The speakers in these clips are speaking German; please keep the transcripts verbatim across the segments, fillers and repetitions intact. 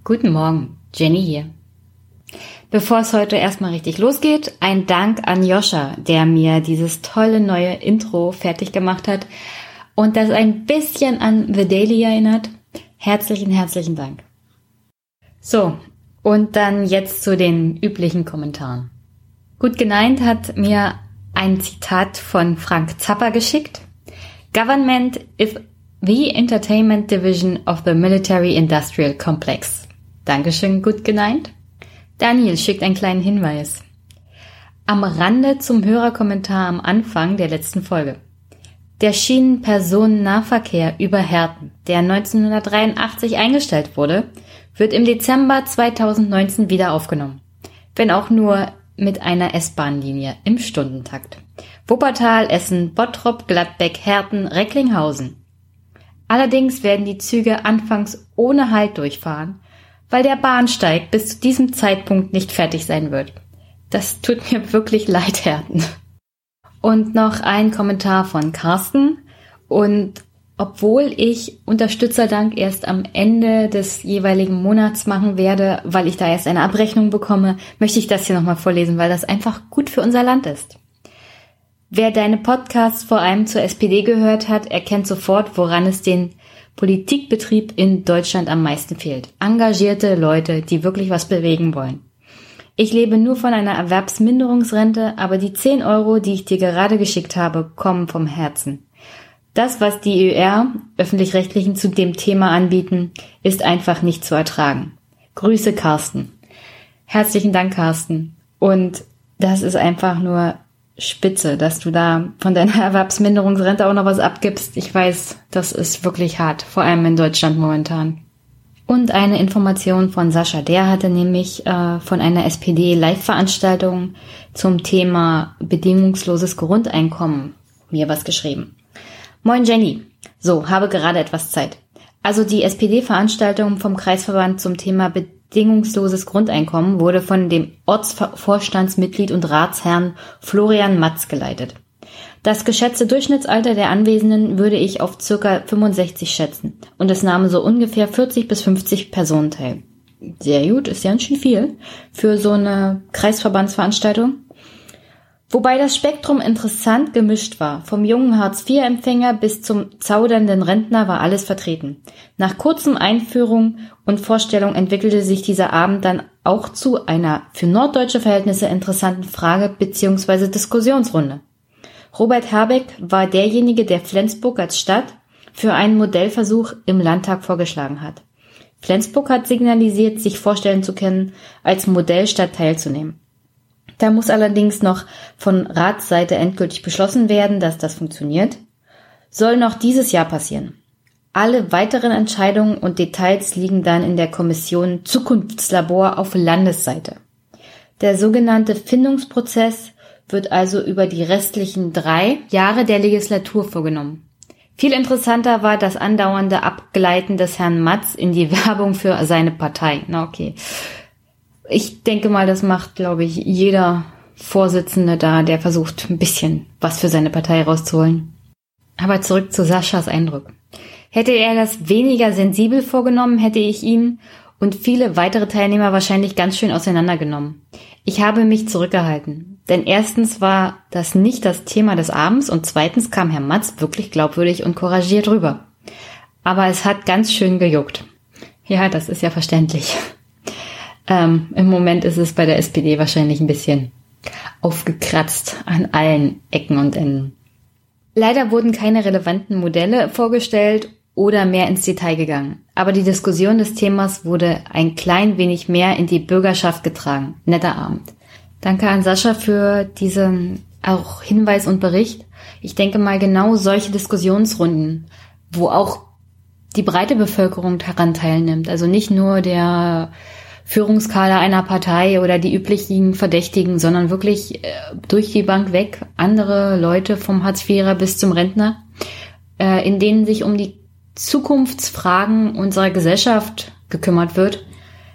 Guten Morgen, Jenny hier. Bevor es heute erstmal richtig losgeht, ein Dank an Joscha, der mir dieses tolle neue Intro fertig gemacht hat und das ein bisschen an The Daily erinnert. Herzlichen, herzlichen Dank. So, und dann jetzt zu den üblichen Kommentaren. Gut geneint hat mir ein Zitat von Frank Zappa geschickt. Government is the entertainment division of the military-industrial complex. Dankeschön, gut geneint. Daniel schickt einen kleinen Hinweis. Am Rande zum Hörerkommentar am Anfang der letzten Folge. Der Schienenpersonennahverkehr über Herten, der neunzehnhundertdreiundachtzig eingestellt wurde, wird im Dezember zweitausendneunzehn wieder aufgenommen. Wenn auch nur mit einer S-Bahn-Linie im Stundentakt. Wuppertal, Essen, Bottrop, Gladbeck, Herten, Recklinghausen. Allerdings werden die Züge anfangs ohne Halt durchfahren, weil der Bahnsteig bis zu diesem Zeitpunkt nicht fertig sein wird. Das tut mir wirklich leid, Herten. Und noch ein Kommentar von Carsten. Und obwohl ich Unterstützerdank erst am Ende des jeweiligen Monats machen werde, weil ich da erst eine Abrechnung bekomme, möchte ich das hier nochmal vorlesen, weil das einfach gut für unser Land ist. Wer deine Podcasts vor allem zur S P D gehört hat, erkennt sofort, woran es den Politikbetrieb in Deutschland am meisten fehlt. Engagierte Leute, die wirklich was bewegen wollen. Ich lebe nur von einer Erwerbsminderungsrente, aber die zehn Euro, die ich dir gerade geschickt habe, kommen vom Herzen. Das, was die Ö R, Öffentlich-Rechtlichen, zu dem Thema anbieten, ist einfach nicht zu ertragen. Grüße, Carsten. Herzlichen Dank, Carsten. Und das ist einfach nur spitze, dass du da von deiner Erwerbsminderungsrente auch noch was abgibst. Ich weiß, das ist wirklich hart, vor allem in Deutschland momentan. Und eine Information von Sascha, der hatte nämlich äh, von einer S P D-Live-Veranstaltung zum Thema bedingungsloses Grundeinkommen mir was geschrieben. Moin Jenny, so, habe gerade etwas Zeit. Also die S P D-Veranstaltung vom Kreisverband zum Thema bedingungsloses Grundeinkommen wurde von dem Ortsvorstandsmitglied und Ratsherrn Florian Matz geleitet. Das geschätzte Durchschnittsalter der Anwesenden würde ich auf ca. fünfundsechzig schätzen und es nahmen so ungefähr vierzig bis fünfzig Personen teil. Sehr gut, ist ja ganz schön viel für so eine Kreisverbandsveranstaltung. Wobei das Spektrum interessant gemischt war. Vom jungen Hartz vier Empfänger bis zum zaudernden Rentner war alles vertreten. Nach kurzem Einführung und Vorstellung entwickelte sich dieser Abend dann auch zu einer für norddeutsche Verhältnisse interessanten Frage- bzw. Diskussionsrunde. Robert Habeck war derjenige, der Flensburg als Stadt für einen Modellversuch im Landtag vorgeschlagen hat. Flensburg hat signalisiert, sich vorstellen zu können, als Modellstadt teilzunehmen. Da muss allerdings noch von Ratsseite endgültig beschlossen werden, dass das funktioniert. Soll noch dieses Jahr passieren. Alle weiteren Entscheidungen und Details liegen dann in der Kommission Zukunftslabor auf Landesseite. Der sogenannte Findungsprozess wird also über die restlichen drei Jahre der Legislatur vorgenommen. Viel interessanter war das andauernde Abgleiten des Herrn Matz in die Werbung für seine Partei. Na okay. Ich denke mal, das macht, glaube ich, jeder Vorsitzende da, der versucht, ein bisschen was für seine Partei rauszuholen. Aber zurück zu Saschas Eindruck. Hätte er das weniger sensibel vorgenommen, hätte ich ihn und viele weitere Teilnehmer wahrscheinlich ganz schön auseinandergenommen. Ich habe mich zurückgehalten, denn erstens war das nicht das Thema des Abends und zweitens kam Herr Matz wirklich glaubwürdig und couragiert rüber. Aber es hat ganz schön gejuckt. Ja, das ist ja verständlich. Ähm, im Moment ist es bei der S P D wahrscheinlich ein bisschen aufgekratzt an allen Ecken und Enden. Leider wurden keine relevanten Modelle vorgestellt oder mehr ins Detail gegangen. Aber die Diskussion des Themas wurde ein klein wenig mehr in die Bürgerschaft getragen. Netter Abend. Danke an Sascha für diesen auch Hinweis und Bericht. Ich denke mal, genau solche Diskussionsrunden, wo auch die breite Bevölkerung daran teilnimmt. Also nicht nur der Führungskader einer Partei oder die üblichen Verdächtigen, sondern wirklich äh, durch die Bank weg andere Leute vom Hartz-Vierer bis zum Rentner, äh, in denen sich um die Zukunftsfragen unserer Gesellschaft gekümmert wird.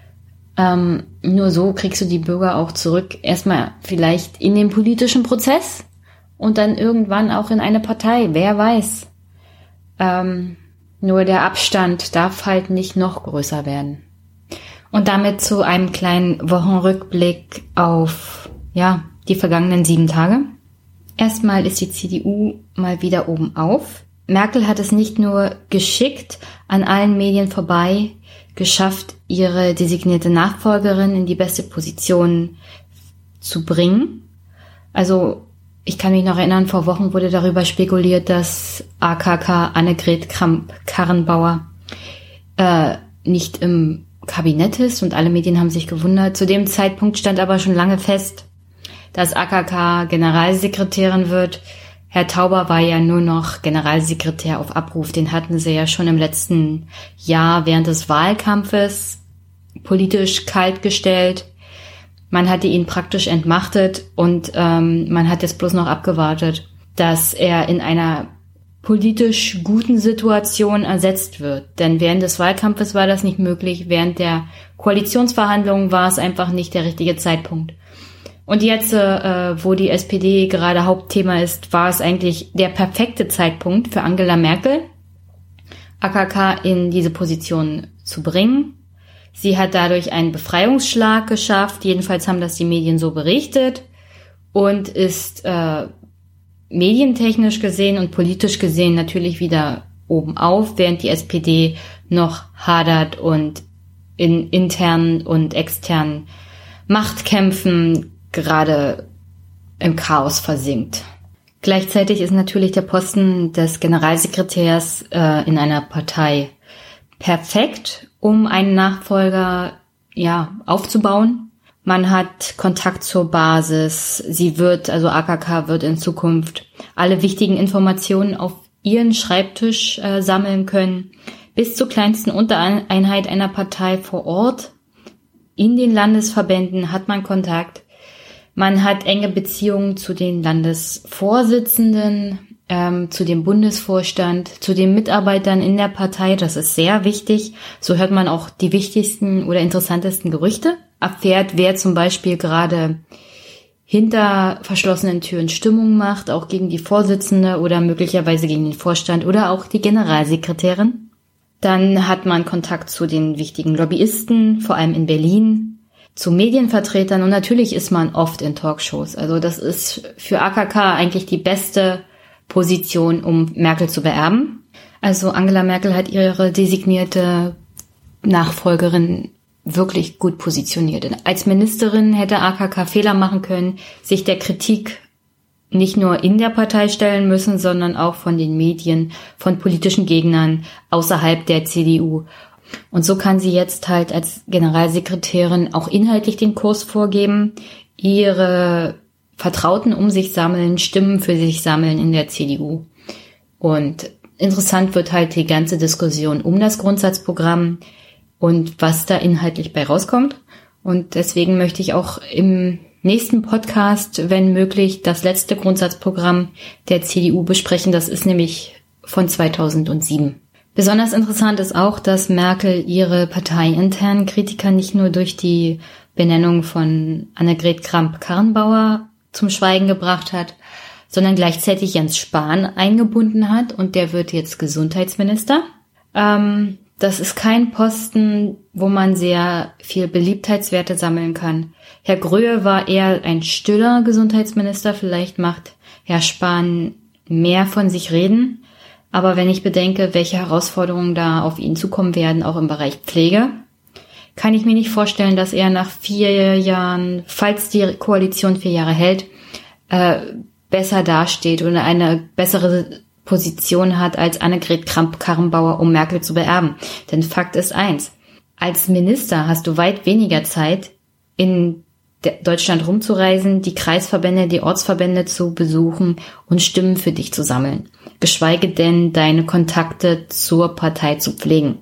Ähm, nur so kriegst du die Bürger auch zurück, erstmal vielleicht in den politischen Prozess und dann irgendwann auch in eine Partei, wer weiß. Ähm, nur der Abstand darf halt nicht noch größer werden. Und damit zu einem kleinen Wochenrückblick auf, ja, die vergangenen sieben Tage. Erstmal ist die C D U mal wieder oben auf. Merkel hat es nicht nur geschickt an allen Medien vorbei geschafft, ihre designierte Nachfolgerin in die beste Position zu bringen. Also ich kann mich noch erinnern, vor Wochen wurde darüber spekuliert, dass A K K Annegret Kramp-Karrenbauer äh, nicht im Kabinett ist und alle Medien haben sich gewundert. Zu dem Zeitpunkt stand aber schon lange fest, dass A K K Generalsekretärin wird. Herr Tauber war ja nur noch Generalsekretär auf Abruf. Den hatten sie ja schon im letzten Jahr während des Wahlkampfes politisch kalt gestellt. Man hatte ihn praktisch entmachtet und ähm, man hat jetzt bloß noch abgewartet, dass er in einer politisch guten Situation ersetzt wird. Denn während des Wahlkampfes war das nicht möglich. Während der Koalitionsverhandlungen war es einfach nicht der richtige Zeitpunkt. Und jetzt, äh, wo die S P D gerade Hauptthema ist, war es eigentlich der perfekte Zeitpunkt für Angela Merkel, A K K in diese Position zu bringen. Sie hat dadurch einen Befreiungsschlag geschafft, jedenfalls haben das die Medien so berichtet, und ist äh, medientechnisch gesehen und politisch gesehen natürlich wieder oben auf, während die S P D noch hadert und in internen und externen Machtkämpfen gerade im Chaos versinkt. Gleichzeitig ist natürlich der Posten des Generalsekretärs äh, in einer Partei perfekt, um einen Nachfolger ja aufzubauen. Man hat Kontakt zur Basis. Sie wird, also A K K wird in Zukunft alle wichtigen Informationen auf ihren Schreibtisch äh, sammeln können, bis zur kleinsten Untereinheit einer Partei vor Ort. In den Landesverbänden hat man Kontakt. Man hat enge Beziehungen zu den Landesvorsitzenden, ähm, zu dem Bundesvorstand, zu den Mitarbeitern in der Partei. Das ist sehr wichtig. So hört man auch die wichtigsten oder interessantesten Gerüchte. Erfährt, wer zum Beispiel gerade hinter verschlossenen Türen Stimmung macht, auch gegen die Vorsitzende oder möglicherweise gegen den Vorstand oder auch die Generalsekretärin. Dann hat man Kontakt zu den wichtigen Lobbyisten, vor allem in Berlin, zu Medienvertretern, und natürlich ist man oft in Talkshows. Also das ist für A K K eigentlich die beste Position, um Merkel zu beerben. Also Angela Merkel hat ihre designierte Nachfolgerin wirklich gut positioniert. Als Ministerin hätte A K K Fehler machen können, sich der Kritik nicht nur in der Partei stellen müssen, sondern auch von den Medien, von politischen Gegnern außerhalb der C D U. Und so kann sie jetzt halt als Generalsekretärin auch inhaltlich den Kurs vorgeben, ihre Vertrauten um sich sammeln, Stimmen für sich sammeln in der C D U. Und interessant wird halt die ganze Diskussion um das Grundsatzprogramm und was da inhaltlich bei rauskommt. Und deswegen möchte ich auch im nächsten Podcast, wenn möglich, das letzte Grundsatzprogramm der C D U besprechen. Das ist nämlich von zweitausendsieben. Besonders interessant ist auch, dass Merkel ihre parteiinternen Kritiker nicht nur durch die Benennung von Annegret Kramp-Karrenbauer zum Schweigen gebracht hat, sondern gleichzeitig Jens Spahn eingebunden hat, und der wird jetzt Gesundheitsminister. Ähm, das ist kein Posten, wo man sehr viel Beliebtheitswerte sammeln kann. Herr Gröhe war eher ein stiller Gesundheitsminister, vielleicht macht Herr Spahn mehr von sich reden. Aber wenn ich bedenke, welche Herausforderungen da auf ihn zukommen werden, auch im Bereich Pflege, kann ich mir nicht vorstellen, dass er nach vier Jahren, falls die Koalition vier Jahre hält, äh, besser dasteht oder eine bessere Position hat als Annegret Kramp-Karrenbauer, um Merkel zu beerben. Denn Fakt ist eins: Als Minister hast du weit weniger Zeit, in Deutschland rumzureisen, die Kreisverbände, die Ortsverbände zu besuchen und Stimmen für dich zu sammeln. Geschweige denn, deine Kontakte zur Partei zu pflegen.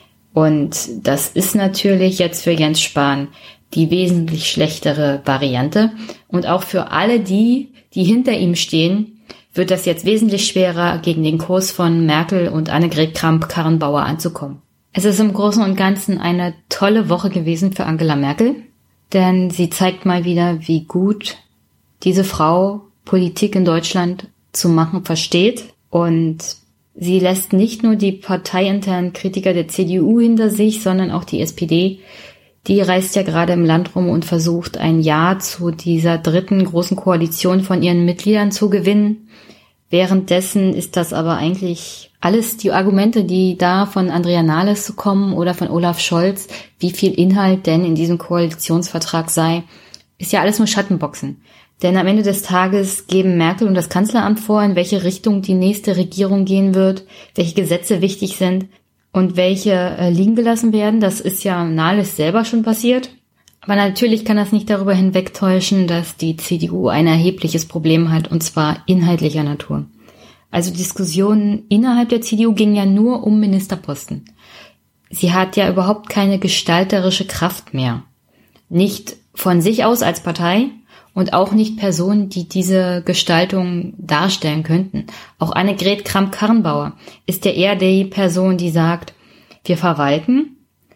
Und das ist natürlich jetzt für Jens Spahn die wesentlich schlechtere Variante. Und auch für alle die, die hinter ihm stehen, wird das jetzt wesentlich schwerer, gegen den Kurs von Merkel und Annegret Kramp-Karrenbauer anzukommen. Es ist im Großen und Ganzen eine tolle Woche gewesen für Angela Merkel, denn sie zeigt mal wieder, wie gut diese Frau Politik in Deutschland zu machen versteht. Und sie lässt nicht nur die parteiinternen Kritiker der C D U hinter sich, sondern auch die S P D, Die reist ja gerade im Land rum und versucht, ein Ja zu dieser dritten großen Koalition von ihren Mitgliedern zu gewinnen. Währenddessen ist das aber eigentlich alles die Argumente, die da von Andrea Nahles kommen oder von Olaf Scholz, wie viel Inhalt denn in diesem Koalitionsvertrag sei, ist ja alles nur Schattenboxen. Denn am Ende des Tages geben Merkel und das Kanzleramt vor, in welche Richtung die nächste Regierung gehen wird, welche Gesetze wichtig sind und welche äh, liegen gelassen werden. Das ist ja Nahles selber schon passiert. Aber natürlich kann das nicht darüber hinwegtäuschen, dass die C D U ein erhebliches Problem hat, und zwar inhaltlicher Natur. Also Diskussionen innerhalb der C D U gingen ja nur um Ministerposten. Sie hat ja überhaupt keine gestalterische Kraft mehr. Nicht von sich aus als Partei und auch nicht Personen, die diese Gestaltung darstellen könnten. Auch Annegret Kramp-Karrenbauer ist ja eher die Person, die sagt, wir verwalten,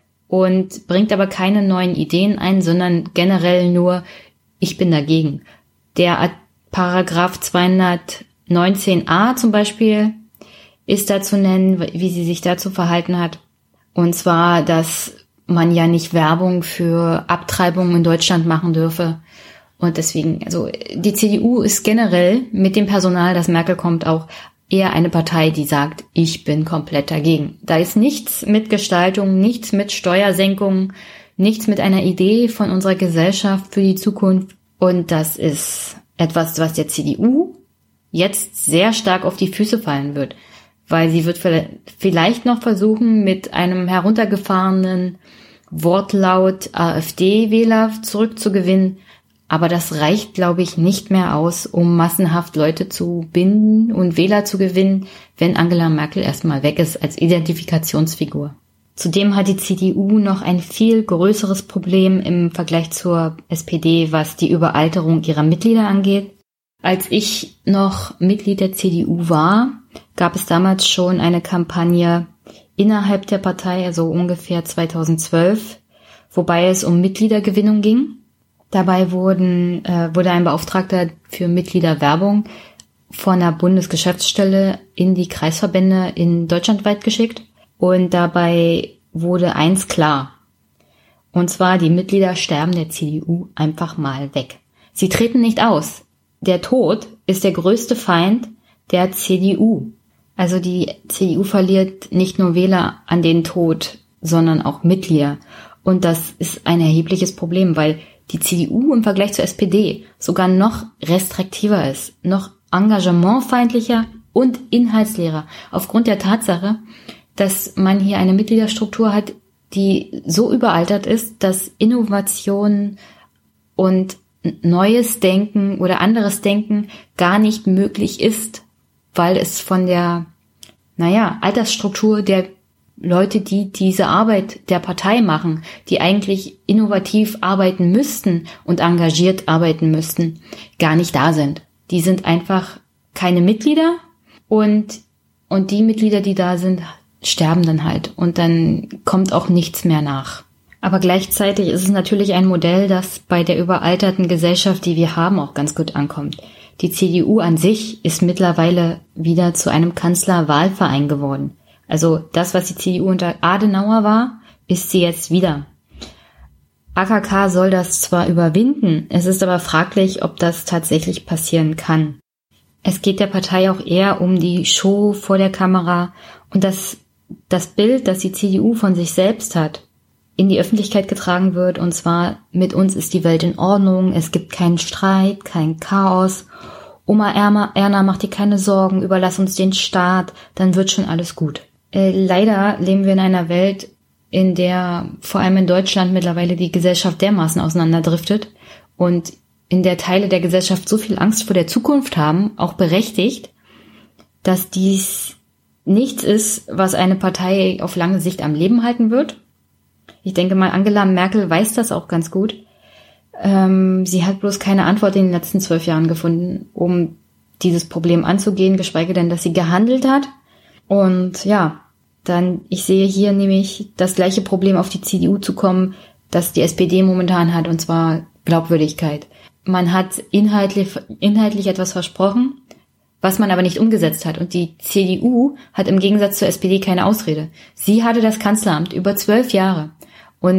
und bringt aber keine neuen Ideen ein, sondern generell nur, ich bin dagegen. Der Paragraph zweihundertneunzehn a zum Beispiel ist da zu nennen, wie sie sich dazu verhalten hat. Und zwar, dass man ja nicht Werbung für Abtreibungen in Deutschland machen dürfe. Und deswegen, also die C D U ist generell mit dem Personal, das Merkel kommt, auch eher eine Partei, die sagt, ich bin komplett dagegen. Da ist nichts mit Gestaltung, nichts mit Steuersenkungen, nichts mit einer Idee von unserer Gesellschaft für die Zukunft. Und das ist etwas, was der C D U jetzt sehr stark auf die Füße fallen wird. Weil sie wird vielleicht noch versuchen, mit einem heruntergefahrenen Wortlaut AfD-Wähler zurückzugewinnen. Aber das reicht, glaube ich, nicht mehr aus, um massenhaft Leute zu binden und Wähler zu gewinnen, wenn Angela Merkel erstmal weg ist als Identifikationsfigur. Zudem hat die C D U noch ein viel größeres Problem im Vergleich zur S P D, was die Überalterung ihrer Mitglieder angeht. Als ich noch Mitglied der C D U war, gab es damals schon eine Kampagne innerhalb der Partei, also ungefähr zweitausendzwölf, wobei es um Mitgliedergewinnung ging. Dabei wurden, äh, wurde ein Beauftragter für Mitgliederwerbung von der Bundesgeschäftsstelle in die Kreisverbände in deutschlandweit geschickt. Und dabei wurde eins klar. Und zwar, die Mitglieder sterben der C D U einfach mal weg. Sie treten nicht aus. Der Tod ist der größte Feind der C D U. Also die C D U verliert nicht nur Wähler an den Tod, sondern auch Mitglieder. Und das ist ein erhebliches Problem, weil die C D U im Vergleich zur S P D sogar noch restriktiver ist, noch engagementfeindlicher und inhaltsleerer, aufgrund der Tatsache, dass man hier eine Mitgliederstruktur hat, die so überaltert ist, dass Innovation und neues Denken oder anderes Denken gar nicht möglich ist, weil es von der, naja, Altersstruktur der Leute, die diese Arbeit der Partei machen, die eigentlich innovativ arbeiten müssten und engagiert arbeiten müssten, gar nicht da sind. Die sind einfach keine Mitglieder und, und die Mitglieder, die da sind, sterben dann halt und dann kommt auch nichts mehr nach. Aber gleichzeitig ist es natürlich ein Modell, das bei der überalterten Gesellschaft, die wir haben, auch ganz gut ankommt. Die C D U an sich ist mittlerweile wieder zu einem Kanzlerwahlverein geworden. Also das, was die C D U unter Adenauer war, ist sie jetzt wieder. A K K soll das zwar überwinden, es ist aber fraglich, ob das tatsächlich passieren kann. Es geht der Partei auch eher um die Show vor der Kamera und das, das Bild, das die C D U von sich selbst hat, in die Öffentlichkeit getragen wird, und zwar: mit uns ist die Welt in Ordnung, es gibt keinen Streit, kein Chaos, Oma Erna macht dir keine Sorgen, überlass uns den Staat, dann wird schon alles gut. Äh, leider leben wir in einer Welt, in der vor allem in Deutschland mittlerweile die Gesellschaft dermaßen auseinanderdriftet und in der Teile der Gesellschaft so viel Angst vor der Zukunft haben, auch berechtigt, dass dies nichts ist, was eine Partei auf lange Sicht am Leben halten wird. Ich denke mal, Angela Merkel weiß das auch ganz gut. Ähm, sie hat bloß keine Antwort in den letzten zwölf Jahren gefunden, um dieses Problem anzugehen, geschweige denn, dass sie gehandelt hat. Und ja, dann, ich sehe hier nämlich das gleiche Problem auf die C D U zu kommen, das die S P D momentan hat, und zwar Glaubwürdigkeit. Man hat inhaltlich, inhaltlich etwas versprochen, was man aber nicht umgesetzt hat. Und die C D U hat im Gegensatz zur S P D keine Ausrede. Sie hatte das Kanzleramt über zwölf Jahre. Und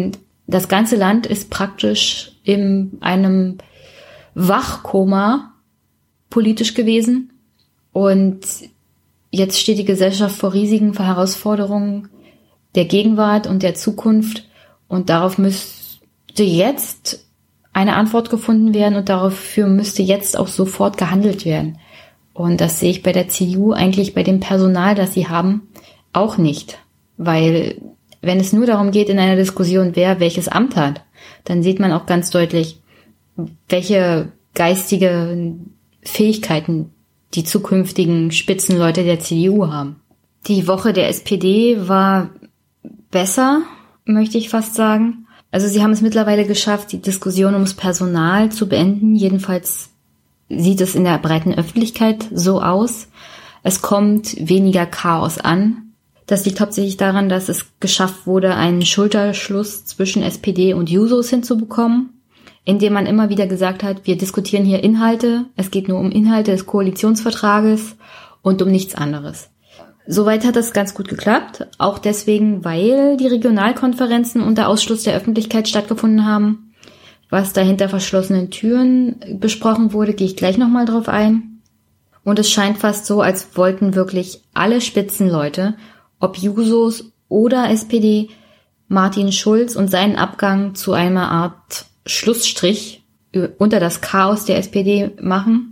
Das ganze Land ist praktisch in einem Wachkoma politisch gewesen. Und jetzt steht die Gesellschaft vor riesigen Herausforderungen der Gegenwart und der Zukunft. Und darauf müsste jetzt eine Antwort gefunden werden und dafür müsste jetzt auch sofort gehandelt werden. Und das sehe ich bei der C D U eigentlich bei dem Personal, das sie haben, auch nicht. Weil wenn es nur darum geht in einer Diskussion, wer welches Amt hat, dann sieht man auch ganz deutlich, welche geistige Fähigkeiten die zukünftigen Spitzenleute der C D U haben. Die Woche der S P D war besser, möchte ich fast sagen. Also sie haben es mittlerweile geschafft, die Diskussion ums Personal zu beenden. Jedenfalls sieht es in der breiten Öffentlichkeit so aus. Es kommt weniger Chaos an. Das liegt hauptsächlich daran, dass es geschafft wurde, einen Schulterschluss zwischen S P D und Jusos hinzubekommen, indem man immer wieder gesagt hat, wir diskutieren hier Inhalte, es geht nur um Inhalte des Koalitionsvertrages und um nichts anderes. Soweit hat das ganz gut geklappt, auch deswegen, weil die Regionalkonferenzen unter Ausschluss der Öffentlichkeit stattgefunden haben. Was da hinter verschlossenen Türen besprochen wurde, gehe ich gleich nochmal drauf ein. Und es scheint fast so, als wollten wirklich alle Spitzenleute, ob Jusos oder S P D, Martin Schulz und seinen Abgang zu einer Art Schlussstrich unter das Chaos der S P D machen.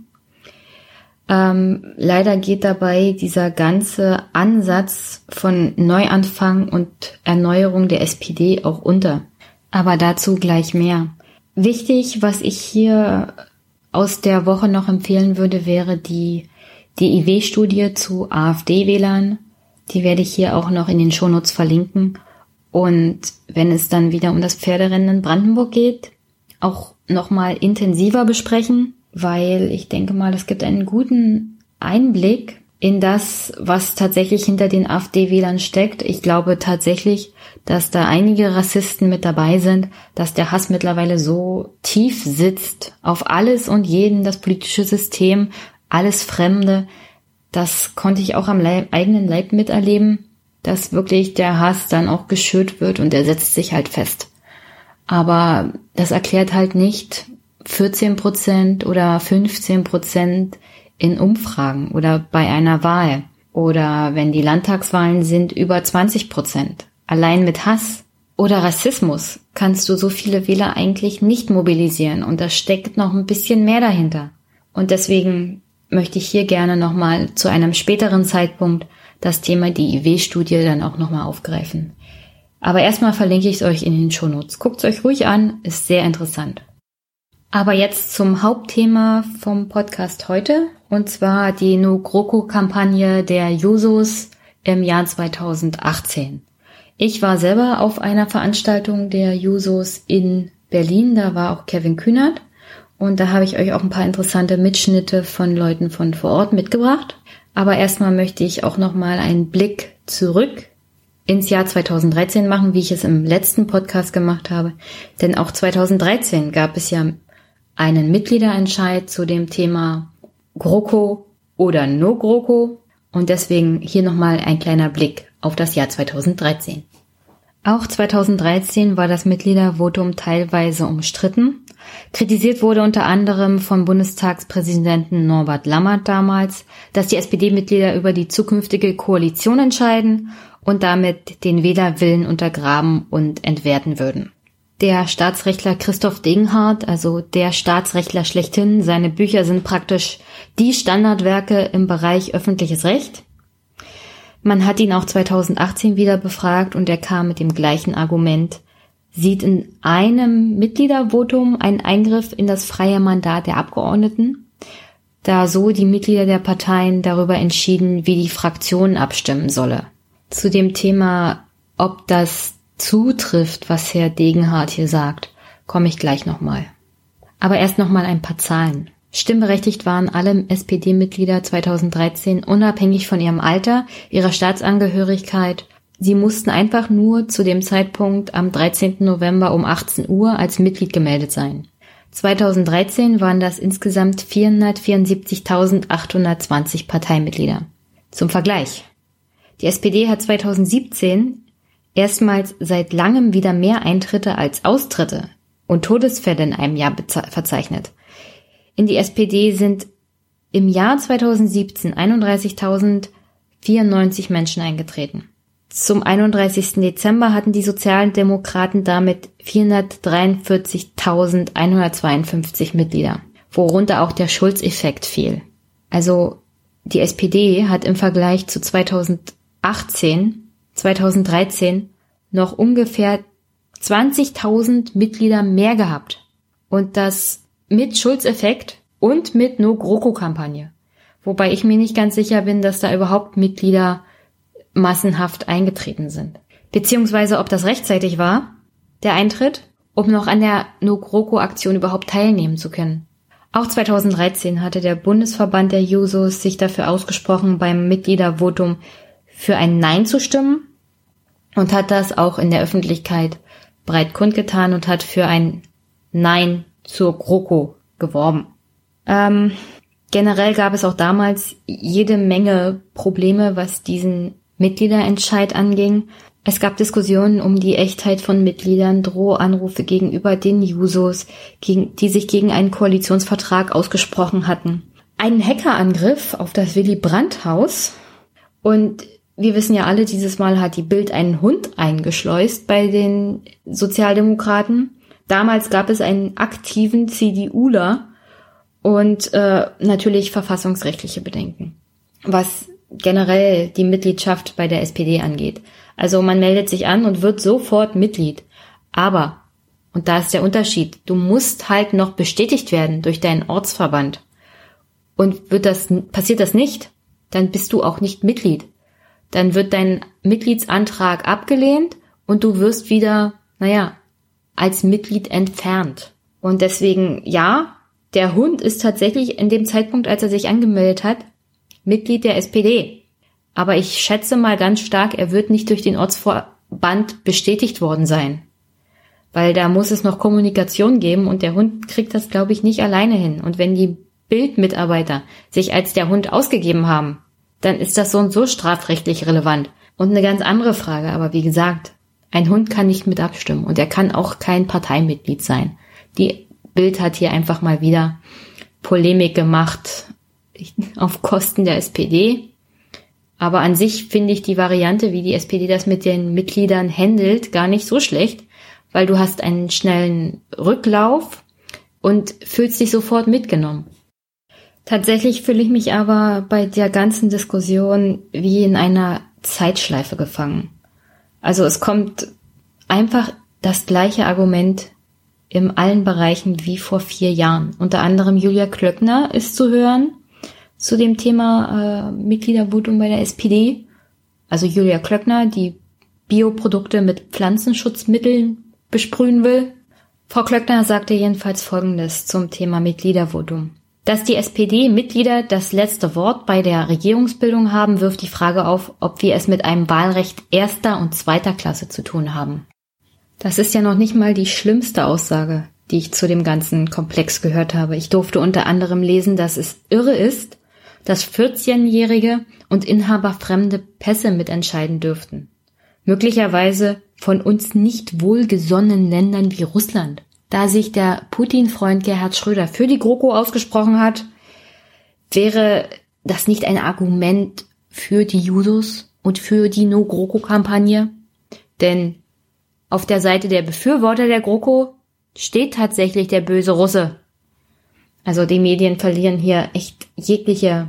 Ähm, leider geht dabei dieser ganze Ansatz von Neuanfang und Erneuerung der S P D auch unter. Aber dazu gleich mehr. Wichtig, was ich hier aus der Woche noch empfehlen würde, wäre die D I W-Studie zu AfD-Wählern. Die werde ich hier auch noch in den Shownotes verlinken. Und wenn es dann wieder um das Pferderennen in Brandenburg geht, auch nochmal intensiver besprechen, weil ich denke mal, es gibt einen guten Einblick in das, was tatsächlich hinter den AfD-Wählern steckt. Ich glaube tatsächlich, dass da einige Rassisten mit dabei sind, dass der Hass mittlerweile so tief sitzt auf alles und jeden, das politische System, alles Fremde. Das konnte ich auch am Leib, eigenen Leib miterleben, dass wirklich der Hass dann auch geschürt wird und er setzt sich halt fest. Aber das erklärt halt nicht vierzehn Prozent oder fünfzehn Prozent in Umfragen oder bei einer Wahl oder wenn die Landtagswahlen sind über zwanzig Prozent. Allein mit Hass oder Rassismus kannst du so viele Wähler eigentlich nicht mobilisieren und da steckt noch ein bisschen mehr dahinter. Und deswegen möchte ich hier gerne nochmal zu einem späteren Zeitpunkt das Thema D I W-Studie dann auch nochmal aufgreifen. Aber erstmal verlinke ich es euch in den Shownotes. Guckt es euch ruhig an, ist sehr interessant. Aber jetzt zum Hauptthema vom Podcast heute, und zwar die No-GroKo-Kampagne der Jusos im Jahr zweitausendachtzehn. Ich war selber auf einer Veranstaltung der Jusos in Berlin, da war auch Kevin Kühnert und da habe ich euch auch ein paar interessante Mitschnitte von Leuten von vor Ort mitgebracht. Aber erstmal möchte ich auch nochmal einen Blick zurück ins Jahr zweitausenddreizehn machen, wie ich es im letzten Podcast gemacht habe. Denn auch zweitausenddreizehn gab es ja einen Mitgliederentscheid zu dem Thema GroKo oder No-GroKo und deswegen hier nochmal ein kleiner Blick auf das Jahr zweitausenddreizehn. Auch zweitausenddreizehn war das Mitgliedervotum teilweise umstritten. Kritisiert wurde unter anderem vom Bundestagspräsidenten Norbert Lammert damals, dass die S P D-Mitglieder über die zukünftige Koalition entscheiden und damit den Wählerwillen untergraben und entwerten würden. Der Staatsrechtler Christoph Degenhardt, also der Staatsrechtler schlechthin, seine Bücher sind praktisch die Standardwerke im Bereich öffentliches Recht. Man hat ihn auch zweitausendachtzehn wieder befragt und er kam mit dem gleichen Argument, sieht in einem Mitgliedervotum einen Eingriff in das freie Mandat der Abgeordneten, da so die Mitglieder der Parteien darüber entschieden, wie die Fraktion abstimmen solle. Zu dem Thema, ob das zutrifft, was Herr Degenhardt hier sagt, komme ich gleich nochmal. Aber erst nochmal ein paar Zahlen. Stimmberechtigt waren alle S P D-Mitglieder zweitausenddreizehn unabhängig von ihrem Alter, ihrer Staatsangehörigkeit. Sie mussten einfach nur zu dem Zeitpunkt am dreizehnten November um achtzehn Uhr als Mitglied gemeldet sein. zweitausenddreizehn waren das insgesamt vierhundertvierundsiebzigtausendachthundertzwanzig Parteimitglieder. Zum Vergleich. Die S P D hat zweitausendsiebzehn erstmals seit langem wieder mehr Eintritte als Austritte und Todesfälle in einem Jahr beze- verzeichnet. In die S P D sind im Jahr zweitausendsiebzehn einunddreißigtausendvierundneunzig Menschen eingetreten. Zum einunddreißigsten Dezember hatten die Sozialdemokraten damit vierhundertdreiundvierzigtausendeinhundertzweiundfünfzig Mitglieder, worunter auch der Schulz-Effekt fiel. Also die S P D hat im Vergleich zu zweitausendachtzehn, zweitausenddreizehn noch ungefähr zwanzigtausend Mitglieder mehr gehabt. Und das mit Schulz-Effekt und mit No-GroKo-Kampagne. Wobei ich mir nicht ganz sicher bin, dass da überhaupt Mitglieder massenhaft eingetreten sind. Beziehungsweise ob das rechtzeitig war, der Eintritt, um noch an der No-GroKo-Aktion überhaupt teilnehmen zu können. Auch zweitausenddreizehn hatte der Bundesverband der Jusos sich dafür ausgesprochen, beim Mitgliedervotum für ein Nein zu stimmen und hat das auch in der Öffentlichkeit breit kundgetan und hat für ein Nein zur GroKo geworben. Ähm, generell gab es auch damals jede Menge Probleme, was diesen Mitgliederentscheid anging. Es gab Diskussionen um die Echtheit von Mitgliedern, Drohanrufe gegenüber den Jusos, gegen, die sich gegen einen Koalitionsvertrag ausgesprochen hatten. Einen Hackerangriff auf das Willy-Brandt-Haus. Und wir wissen ja alle, dieses Mal hat die Bild einen Hund eingeschleust bei den Sozialdemokraten. Damals gab es einen aktiven CDUler und äh, natürlich verfassungsrechtliche Bedenken, was generell die Mitgliedschaft bei der S P D angeht. Also man meldet sich an und wird sofort Mitglied. Aber, und da ist der Unterschied, du musst halt noch bestätigt werden durch deinen Ortsverband. Und wird das, passiert das nicht, dann bist du auch nicht Mitglied. Dann wird dein Mitgliedsantrag abgelehnt und du wirst wieder, naja, als Mitglied entfernt. Und deswegen, ja, der Hund ist tatsächlich in dem Zeitpunkt, als er sich angemeldet hat, Mitglied der S P D. Aber ich schätze mal ganz stark, er wird nicht durch den Ortsverband bestätigt worden sein. Weil da muss es noch Kommunikation geben und der Hund kriegt das, glaube ich, nicht alleine hin. Und wenn die Bild-Mitarbeiter sich als der Hund ausgegeben haben, dann ist das so und so strafrechtlich relevant. Und eine ganz andere Frage, aber wie gesagt, ein Hund kann nicht mit abstimmen und er kann auch kein Parteimitglied sein. Die Bild hat hier einfach mal wieder Polemik gemacht auf Kosten der S P D. Aber an sich finde ich die Variante, wie die S P D das mit den Mitgliedern handelt, gar nicht so schlecht, weil du hast einen schnellen Rücklauf und fühlst dich sofort mitgenommen. Tatsächlich fühle ich mich aber bei der ganzen Diskussion wie in einer Zeitschleife gefangen. Also es kommt einfach das gleiche Argument in allen Bereichen wie vor vier Jahren. Unter anderem Julia Klöckner ist zu hören zu dem Thema äh, Mitgliedervotum bei der S P D. Also Julia Klöckner, die Bioprodukte mit Pflanzenschutzmitteln besprühen will. Frau Klöckner sagte jedenfalls Folgendes zum Thema Mitgliedervotum. Dass die S P D-Mitglieder das letzte Wort bei der Regierungsbildung haben, wirft die Frage auf, ob wir es mit einem Wahlrecht erster und zweiter Klasse zu tun haben. Das ist ja noch nicht mal die schlimmste Aussage, die ich zu dem ganzen Komplex gehört habe. Ich durfte unter anderem lesen, dass es irre ist, dass vierzehnjährige und Inhaber fremde Pässe mitentscheiden dürften. Möglicherweise von uns nicht wohlgesonnenen Ländern wie Russland. Da sich der Putin-Freund Gerhard Schröder für die GroKo ausgesprochen hat, wäre das nicht ein Argument für die Jusos und für die No-GroKo-Kampagne? Denn auf der Seite der Befürworter der GroKo steht tatsächlich der böse Russe. Also die Medien verlieren hier echt jegliche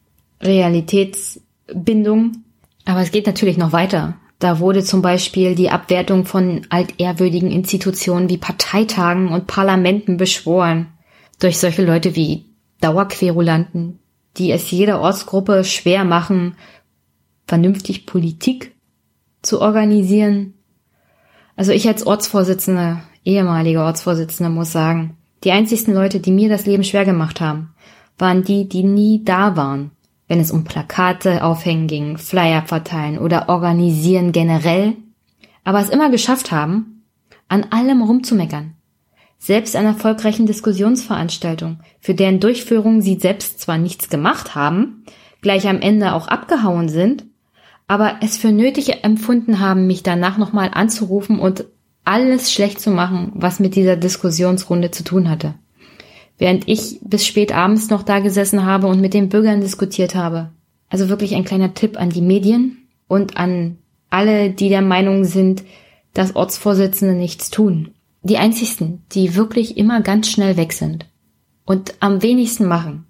Realitätsbindung. Aber es geht natürlich noch weiter. Da wurde zum Beispiel die Abwertung von altehrwürdigen Institutionen wie Parteitagen und Parlamenten beschworen. Durch solche Leute wie Dauerquerulanten, die es jeder Ortsgruppe schwer machen, vernünftig Politik zu organisieren. Also ich als Ortsvorsitzende, ehemalige Ortsvorsitzende, muss sagen, die einzigsten Leute, die mir das Leben schwer gemacht haben, waren die, die nie da waren, wenn es um Plakate aufhängen ging, Flyer verteilen oder organisieren generell, aber es immer geschafft haben, an allem rumzumeckern. Selbst an erfolgreichen Diskussionsveranstaltungen, für deren Durchführung sie selbst zwar nichts gemacht haben, gleich am Ende auch abgehauen sind, aber es für nötig empfunden haben, mich danach nochmal anzurufen und alles schlecht zu machen, was mit dieser Diskussionsrunde zu tun hatte. Während ich bis spät abends noch da gesessen habe und mit den Bürgern diskutiert habe. Also wirklich ein kleiner Tipp an die Medien und an alle, die der Meinung sind, dass Ortsvorsitzende nichts tun. Die einzigsten, die wirklich immer ganz schnell weg sind und am wenigsten machen,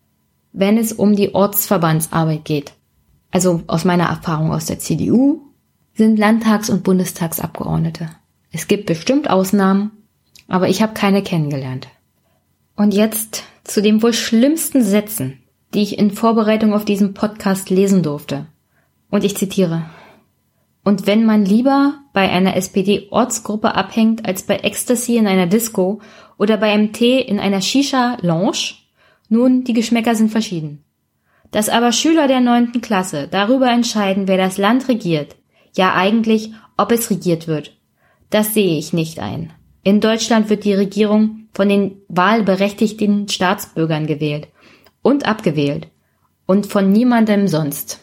wenn es um die Ortsverbandsarbeit geht. Also aus meiner Erfahrung aus der C D U sind Landtags- und Bundestagsabgeordnete. Es gibt bestimmt Ausnahmen, aber ich habe keine kennengelernt. Und jetzt zu den wohl schlimmsten Sätzen, die ich in Vorbereitung auf diesen Podcast lesen durfte. Und ich zitiere: Und wenn man lieber bei einer S P D-Ortsgruppe abhängt, als bei Ecstasy in einer Disco oder bei einem Tee in einer Shisha-Lounge, nun, die Geschmäcker sind verschieden. Dass aber Schüler der neunten Klasse darüber entscheiden, wer das Land regiert, ja eigentlich, ob es regiert wird, das sehe ich nicht ein. In Deutschland wird die Regierung von den wahlberechtigten Staatsbürgern gewählt und abgewählt und von niemandem sonst.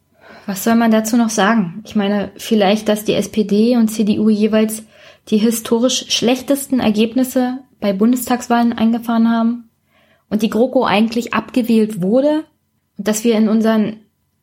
Was soll man dazu noch sagen? Ich meine, vielleicht, dass die S P D und C D U jeweils die historisch schlechtesten Ergebnisse bei Bundestagswahlen eingefahren haben und die GroKo eigentlich abgewählt wurde und dass wir in unseren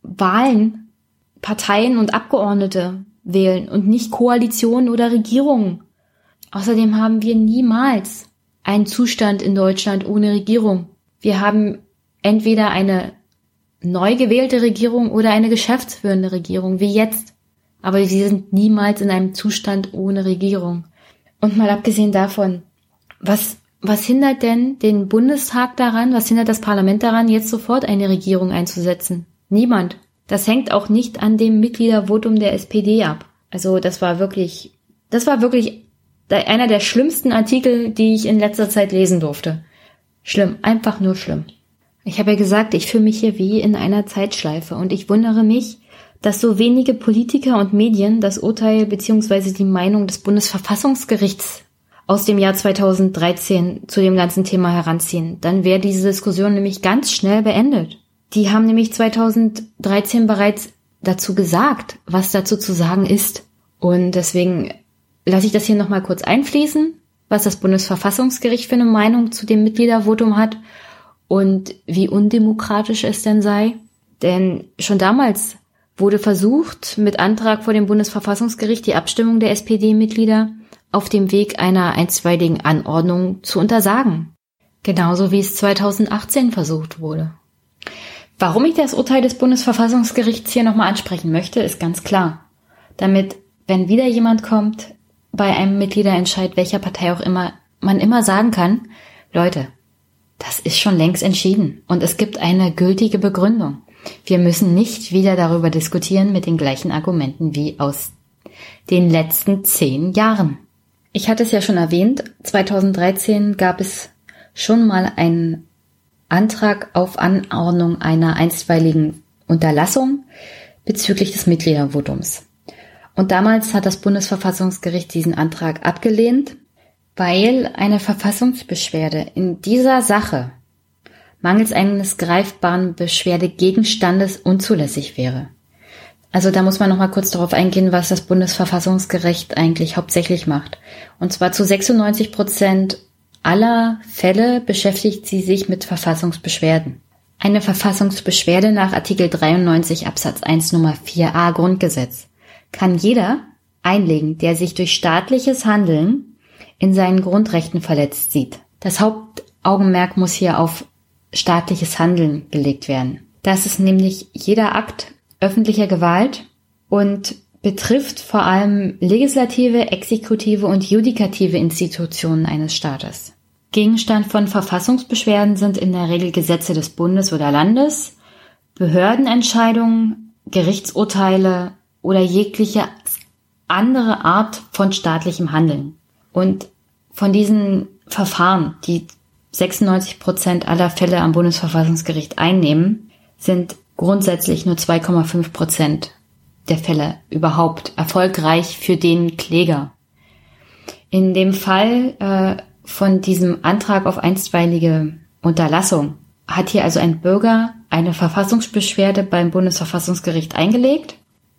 Wahlen Parteien und Abgeordnete wählen und nicht Koalitionen oder Regierungen. Außerdem haben wir niemals einen Zustand in Deutschland ohne Regierung. Wir haben entweder eine neu gewählte Regierung oder eine geschäftsführende Regierung, wie jetzt. Aber wir sind niemals in einem Zustand ohne Regierung. Und mal abgesehen davon, was, was hindert denn den Bundestag daran, was hindert das Parlament daran, jetzt sofort eine Regierung einzusetzen? Niemand. Das hängt auch nicht an dem Mitgliedervotum der S P D ab. Also das war wirklich, das war wirklich einer der schlimmsten Artikel, die ich in letzter Zeit lesen durfte. Schlimm, einfach nur schlimm. Ich habe ja gesagt, ich fühle mich hier wie in einer Zeitschleife und ich wundere mich, dass so wenige Politiker und Medien das Urteil bzw. die Meinung des Bundesverfassungsgerichts aus dem Jahr zweitausenddreizehn zu dem ganzen Thema heranziehen. Dann wäre diese Diskussion nämlich ganz schnell beendet. Die haben nämlich zweitausenddreizehn bereits dazu gesagt, was dazu zu sagen ist. Und deswegen lasse ich das hier nochmal kurz einfließen, was das Bundesverfassungsgericht für eine Meinung zu dem Mitgliedervotum hat und wie undemokratisch es denn sei. Denn schon damals wurde versucht, mit Antrag vor dem Bundesverfassungsgericht die Abstimmung der S P D-Mitglieder auf dem Weg einer einstweiligen Anordnung zu untersagen. Genauso wie es zweitausendachtzehn versucht wurde. Warum ich das Urteil des Bundesverfassungsgerichts hier nochmal ansprechen möchte, ist ganz klar. Damit, wenn wieder jemand kommt, bei einem Mitgliederentscheid, welcher Partei auch immer, man immer sagen kann, Leute, das ist schon längst entschieden und es gibt eine gültige Begründung. Wir müssen nicht wieder darüber diskutieren mit den gleichen Argumenten wie aus den letzten zehn Jahren. Ich hatte es ja schon erwähnt, zweitausenddreizehn gab es schon mal einen Antrag auf Anordnung einer einstweiligen Unterlassung bezüglich des Mitgliedervotums. Und damals hat das Bundesverfassungsgericht diesen Antrag abgelehnt, weil eine Verfassungsbeschwerde in dieser Sache mangels eines greifbaren Beschwerdegegenstandes unzulässig wäre. Also da muss man noch mal kurz darauf eingehen, was das Bundesverfassungsgericht eigentlich hauptsächlich macht. Und zwar zu sechsundneunzig Prozent aller Fälle beschäftigt sie sich mit Verfassungsbeschwerden. Eine Verfassungsbeschwerde nach Artikel dreiundneunzig Absatz eins Nummer vier a Grundgesetz kann jeder einlegen, der sich durch staatliches Handeln in seinen Grundrechten verletzt sieht. Das Hauptaugenmerk muss hier auf staatliches Handeln gelegt werden. Das ist nämlich jeder Akt öffentlicher Gewalt und betrifft vor allem legislative, exekutive und judikative Institutionen eines Staates. Gegenstand von Verfassungsbeschwerden sind in der Regel Gesetze des Bundes oder Landes, Behördenentscheidungen, Gerichtsurteile oder jegliche andere Art von staatlichem Handeln. Und von diesen Verfahren, die sechsundneunzig Prozent aller Fälle am Bundesverfassungsgericht einnehmen, sind grundsätzlich nur zwei Komma fünf Prozent der Fälle überhaupt erfolgreich für den Kläger. In dem Fall äh, von diesem Antrag auf einstweilige Unterlassung hat hier also ein Bürger eine Verfassungsbeschwerde beim Bundesverfassungsgericht eingelegt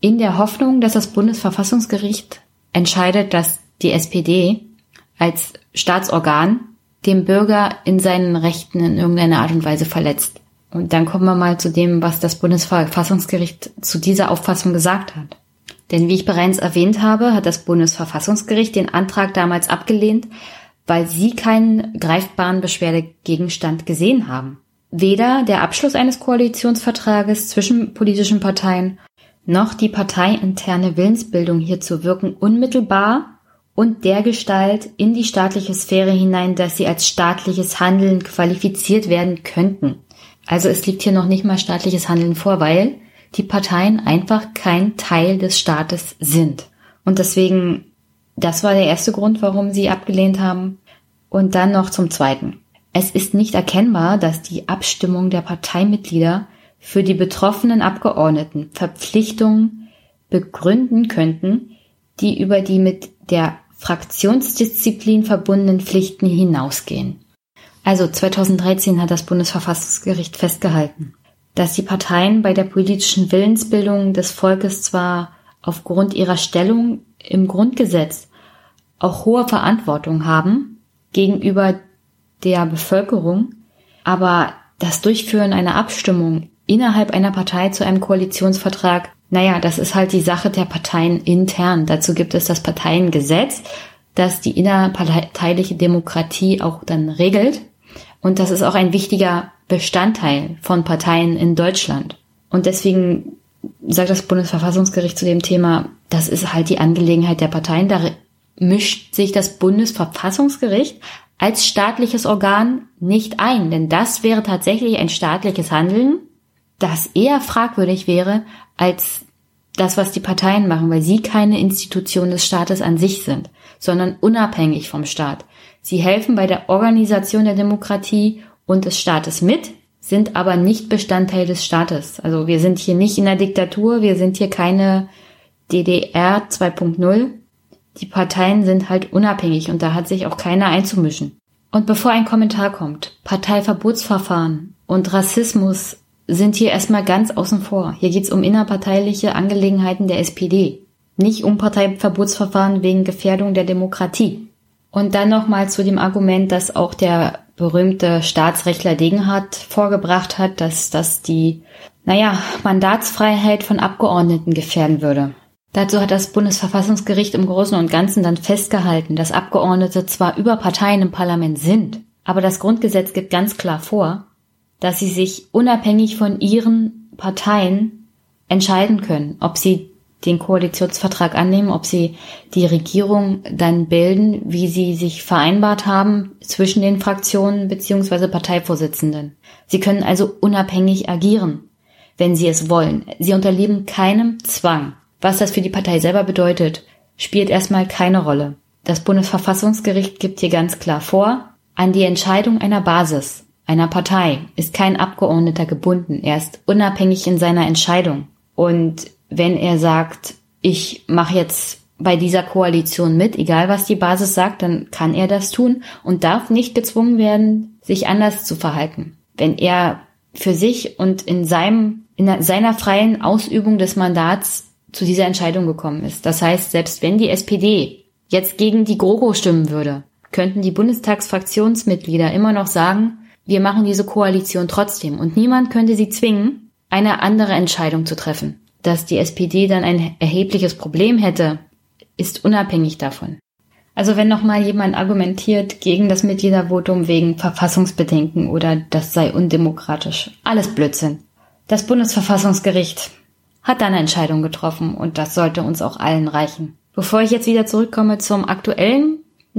in der Hoffnung, dass das Bundesverfassungsgericht entscheidet, dass die S P D als Staatsorgan dem Bürger in seinen Rechten in irgendeiner Art und Weise verletzt. Und dann kommen wir mal zu dem, was das Bundesverfassungsgericht zu dieser Auffassung gesagt hat. Denn wie ich bereits erwähnt habe, hat das Bundesverfassungsgericht den Antrag damals abgelehnt, weil sie keinen greifbaren Beschwerdegegenstand gesehen haben. Weder der Abschluss eines Koalitionsvertrages zwischen politischen Parteien noch die parteiinterne Willensbildung hierzu wirken unmittelbar und dergestalt in die staatliche Sphäre hinein, dass sie als staatliches Handeln qualifiziert werden könnten. Also es liegt hier noch nicht mal staatliches Handeln vor, weil die Parteien einfach kein Teil des Staates sind. Und deswegen, das war der erste Grund, warum sie abgelehnt haben. Und dann noch zum Zweiten. Es ist nicht erkennbar, dass die Abstimmung der Parteimitglieder für die betroffenen Abgeordneten Verpflichtungen begründen könnten, die über die mit der Fraktionsdisziplin verbundenen Pflichten hinausgehen. Also zweitausenddreizehn hat das Bundesverfassungsgericht festgehalten, dass die Parteien bei der politischen Willensbildung des Volkes zwar aufgrund ihrer Stellung im Grundgesetz auch hohe Verantwortung haben gegenüber der Bevölkerung, aber das Durchführen einer Abstimmung innerhalb einer Partei zu einem Koalitionsvertrag, naja, das ist halt die Sache der Parteien intern. Dazu gibt es das Parteiengesetz, das die innerparteiliche Demokratie auch dann regelt. Und das ist auch ein wichtiger Bestandteil von Parteien in Deutschland. Und deswegen sagt das Bundesverfassungsgericht zu dem Thema, das ist halt die Angelegenheit der Parteien. Da mischt sich das Bundesverfassungsgericht als staatliches Organ nicht ein. Denn das wäre tatsächlich ein staatliches Handeln, das eher fragwürdig wäre als das, was die Parteien machen, weil sie keine Institution des Staates an sich sind, sondern unabhängig vom Staat. Sie helfen bei der Organisation der Demokratie und des Staates mit, sind aber nicht Bestandteil des Staates. Also wir sind hier nicht in der Diktatur, wir sind hier keine D D R zwei Punkt null. Die Parteien sind halt unabhängig und da hat sich auch keiner einzumischen. Und bevor ein Kommentar kommt, Parteiverbotsverfahren und Rassismus sind hier erstmal ganz außen vor. Hier geht es um innerparteiliche Angelegenheiten der S P D, nicht um Parteiverbotsverfahren wegen Gefährdung der Demokratie. Und dann nochmal zu dem Argument, das auch der berühmte Staatsrechtler Degenhardt vorgebracht hat, dass das die, naja, Mandatsfreiheit von Abgeordneten gefährden würde. Dazu hat das Bundesverfassungsgericht im Großen und Ganzen dann festgehalten, dass Abgeordnete zwar über Parteien im Parlament sind, aber das Grundgesetz gibt ganz klar vor, dass sie sich unabhängig von ihren Parteien entscheiden können, ob sie den Koalitionsvertrag annehmen, ob sie die Regierung dann bilden, wie sie sich vereinbart haben zwischen den Fraktionen bzw. Parteivorsitzenden. Sie können also unabhängig agieren, wenn sie es wollen. Sie unterliegen keinem Zwang. Was das für die Partei selber bedeutet, spielt erstmal keine Rolle. Das Bundesverfassungsgericht gibt hier ganz klar vor, an die Entscheidung einer Basis, einer Partei, ist kein Abgeordneter gebunden. Er ist unabhängig in seiner Entscheidung. Und wenn er sagt, ich mache jetzt bei dieser Koalition mit, egal was die Basis sagt, dann kann er das tun und darf nicht gezwungen werden, sich anders zu verhalten. Wenn er für sich und in seinem, in seiner freien Ausübung des Mandats zu dieser Entscheidung gekommen ist. Das heißt, selbst wenn die S P D jetzt gegen die GroKo stimmen würde, könnten die Bundestagsfraktionsmitglieder immer noch sagen, wir machen diese Koalition trotzdem und niemand könnte sie zwingen, eine andere Entscheidung zu treffen. Dass die S P D dann ein erhebliches Problem hätte, ist unabhängig davon. Also wenn nochmal jemand argumentiert gegen das Mitgliedervotum wegen Verfassungsbedenken oder das sei undemokratisch, alles Blödsinn. Das Bundesverfassungsgericht hat da eine Entscheidung getroffen und das sollte uns auch allen reichen. Bevor ich jetzt wieder zurückkomme zum aktuellen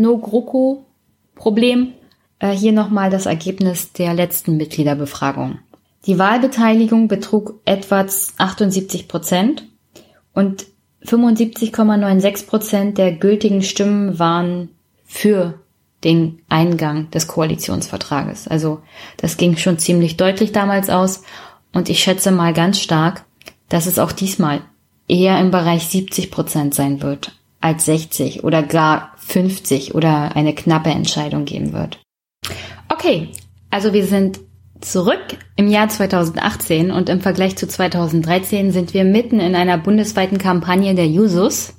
No-GroKo-Problem, äh, hier nochmal das Ergebnis der letzten Mitgliederbefragung. Die Wahlbeteiligung betrug etwa achtundsiebzig Prozent und fünfundsiebzig Komma sechsundneunzig Prozent der gültigen Stimmen waren für den Eingang des Koalitionsvertrages. Also das ging schon ziemlich deutlich damals aus und ich schätze mal ganz stark, dass es auch diesmal eher im Bereich siebzig Prozent sein wird als sechzig oder gar fünfzig oder eine knappe Entscheidung geben wird. Okay, also wir sind zurück im Jahr zweitausendachtzehn und im Vergleich zu zweitausenddreizehn sind wir mitten in einer bundesweiten Kampagne der Jusos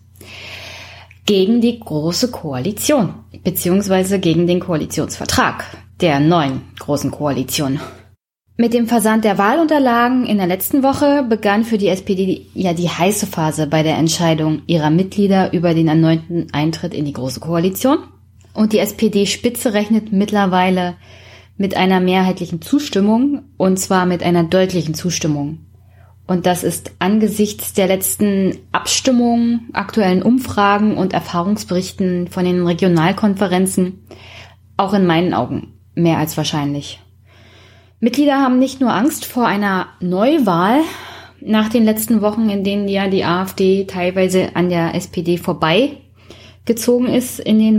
gegen die Große Koalition, beziehungsweise gegen den Koalitionsvertrag der neuen Großen Koalition. Mit dem Versand der Wahlunterlagen in der letzten Woche begann für die S P D ja die heiße Phase bei der Entscheidung ihrer Mitglieder über den erneuten Eintritt in die Große Koalition. Und die S P D-Spitze rechnet mittlerweile mit einer mehrheitlichen Zustimmung, und zwar mit einer deutlichen Zustimmung. Und das ist angesichts der letzten Abstimmungen, aktuellen Umfragen und Erfahrungsberichten von den Regionalkonferenzen auch in meinen Augen mehr als wahrscheinlich. Mitglieder haben nicht nur Angst vor einer Neuwahl nach den letzten Wochen, in denen ja die AfD teilweise an der S P D vorbeigezogen ist in den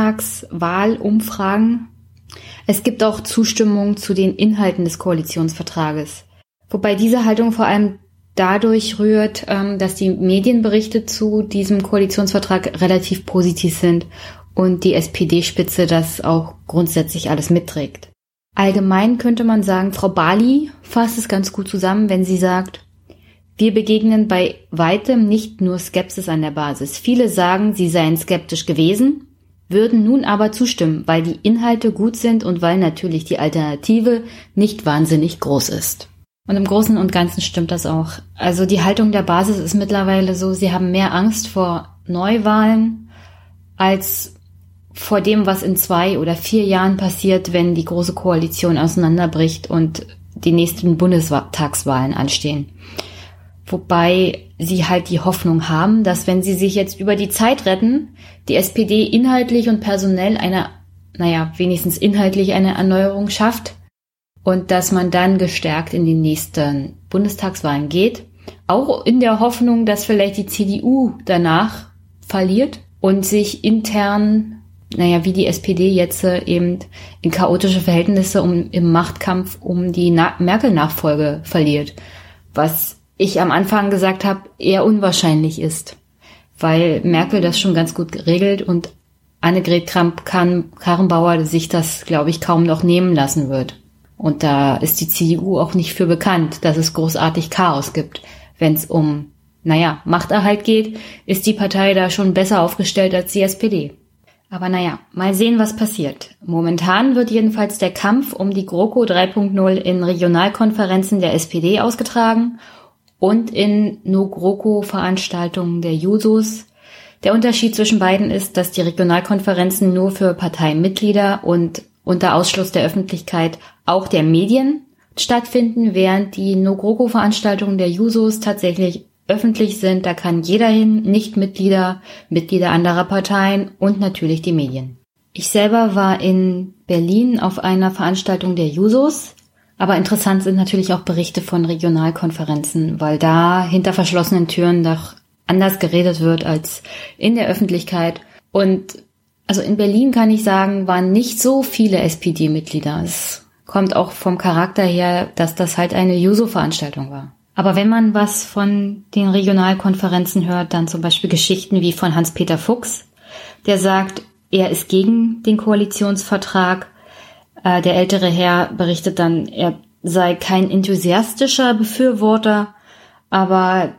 Bundestagswahlumfragen. Es gibt auch Zustimmung zu den Inhalten des Koalitionsvertrages. Wobei diese Haltung vor allem dadurch rührt, dass die Medienberichte zu diesem Koalitionsvertrag relativ positiv sind und die S P D-Spitze das auch grundsätzlich alles mitträgt. Allgemein könnte man sagen, Frau Barley fasst es ganz gut zusammen, wenn sie sagt, wir begegnen bei weitem nicht nur Skepsis an der Basis. Viele sagen, sie seien skeptisch gewesen, würden nun aber zustimmen, weil die Inhalte gut sind und weil natürlich die Alternative nicht wahnsinnig groß ist. Und im Großen und Ganzen stimmt das auch. Also die Haltung der Basis ist mittlerweile so, sie haben mehr Angst vor Neuwahlen als vor dem, was in zwei oder vier Jahren passiert, wenn die Große Koalition auseinanderbricht und die nächsten Bundestagswahlen anstehen. Wobei sie halt die Hoffnung haben, dass wenn sie sich jetzt über die Zeit retten, die S P D inhaltlich und personell eine, naja, wenigstens inhaltlich eine Erneuerung schafft und dass man dann gestärkt in die nächsten Bundestagswahlen geht. Auch in der Hoffnung, dass vielleicht die C D U danach verliert und sich intern, naja, wie die S P D jetzt äh, eben in chaotische Verhältnisse um, im Machtkampf um die Na- Merkel-Nachfolge verliert. Was ich am Anfang gesagt habe, eher unwahrscheinlich ist, weil Merkel das schon ganz gut regelt und Annegret Kramp-Karrenbauer sich das, glaube ich, kaum noch nehmen lassen wird. Und da ist die C D U auch nicht für bekannt, dass es großartig Chaos gibt. Wenn es um, naja, Machterhalt geht, ist die Partei da schon besser aufgestellt als die S P D. Aber naja, mal sehen, was passiert. Momentan wird jedenfalls der Kampf um die GroKo drei Punkt null in Regionalkonferenzen der S P D ausgetragen und in No-GroKo-Veranstaltungen der Jusos. Der Unterschied zwischen beiden ist, dass die Regionalkonferenzen nur für Parteimitglieder und unter Ausschluss der Öffentlichkeit auch der Medien stattfinden, während die No-GroKo-Veranstaltungen der Jusos tatsächlich öffentlich sind. Da kann jeder hin, nicht Mitglieder, Mitglieder anderer Parteien und natürlich die Medien. Ich selber war in Berlin auf einer Veranstaltung der Jusos, aber interessant sind natürlich auch Berichte von Regionalkonferenzen, weil da hinter verschlossenen Türen doch anders geredet wird als in der Öffentlichkeit. Und also in Berlin kann ich sagen, waren nicht so viele S P D-Mitglieder. Es kommt auch vom Charakter her, dass das halt eine Juso-Veranstaltung war. Aber wenn man was von den Regionalkonferenzen hört, dann zum Beispiel Geschichten wie von Hans-Peter Fuchs, der sagt, er ist gegen den Koalitionsvertrag. Äh, der ältere Herr berichtet dann, er sei kein enthusiastischer Befürworter, aber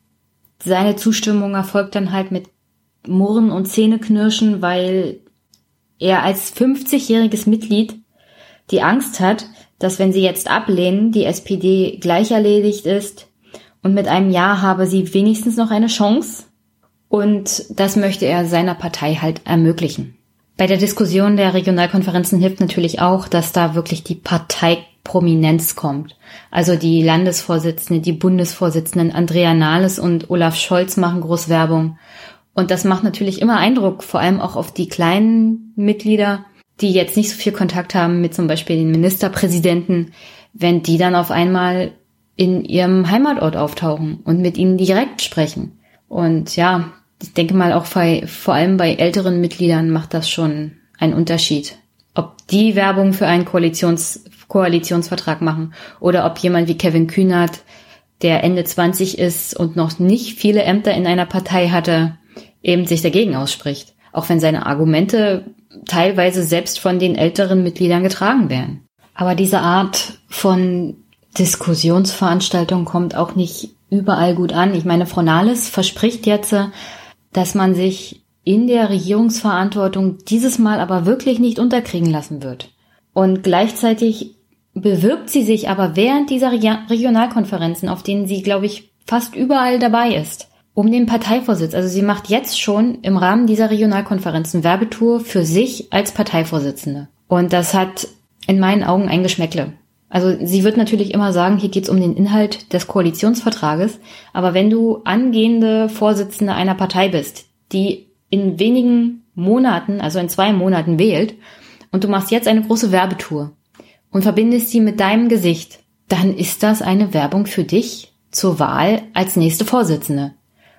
seine Zustimmung erfolgt dann halt mit Murren und Zähneknirschen, weil er als fünfzigjähriges Mitglied die Angst hat, dass wenn sie jetzt ablehnen, die S P D gleich erledigt ist und mit einem Ja habe sie wenigstens noch eine Chance. Und das möchte er seiner Partei halt ermöglichen. Bei der Diskussion der Regionalkonferenzen hilft natürlich auch, dass da wirklich die Parteiprominenz kommt. Also die Landesvorsitzende, die Bundesvorsitzenden Andrea Nahles und Olaf Scholz machen groß Werbung. Und das macht natürlich immer Eindruck, vor allem auch auf die kleinen Mitglieder, die jetzt nicht so viel Kontakt haben mit zum Beispiel den Ministerpräsidenten, wenn die dann auf einmal in ihrem Heimatort auftauchen und mit ihnen direkt sprechen. Und ja, ich denke mal auch bei, vor allem bei älteren Mitgliedern macht das schon einen Unterschied. Ob die Werbung für einen Koalitions, Koalitionsvertrag machen oder ob jemand wie Kevin Kühnert, der Ende zwanzig ist und noch nicht viele Ämter in einer Partei hatte, eben sich dagegen ausspricht. Auch wenn seine Argumente teilweise selbst von den älteren Mitgliedern getragen werden. Aber diese Art von Diskussionsveranstaltung kommt auch nicht überall gut an. Ich meine, Frau Nahles verspricht jetzt, dass man sich in der Regierungsverantwortung dieses Mal aber wirklich nicht unterkriegen lassen wird. Und gleichzeitig bewirbt sie sich aber während dieser Regionalkonferenzen, auf denen sie, glaube ich, fast überall dabei ist, um den Parteivorsitz. Also sie macht jetzt schon im Rahmen dieser Regionalkonferenzen Werbetour für sich als Parteivorsitzende. Und das hat in meinen Augen ein Geschmäckle. Also sie wird natürlich immer sagen, hier geht's um den Inhalt des Koalitionsvertrages. Aber wenn du angehende Vorsitzende einer Partei bist, die in wenigen Monaten, also in zwei Monaten wählt, und du machst jetzt eine große Werbetour und verbindest sie mit deinem Gesicht, dann ist das eine Werbung für dich zur Wahl als nächste Vorsitzende.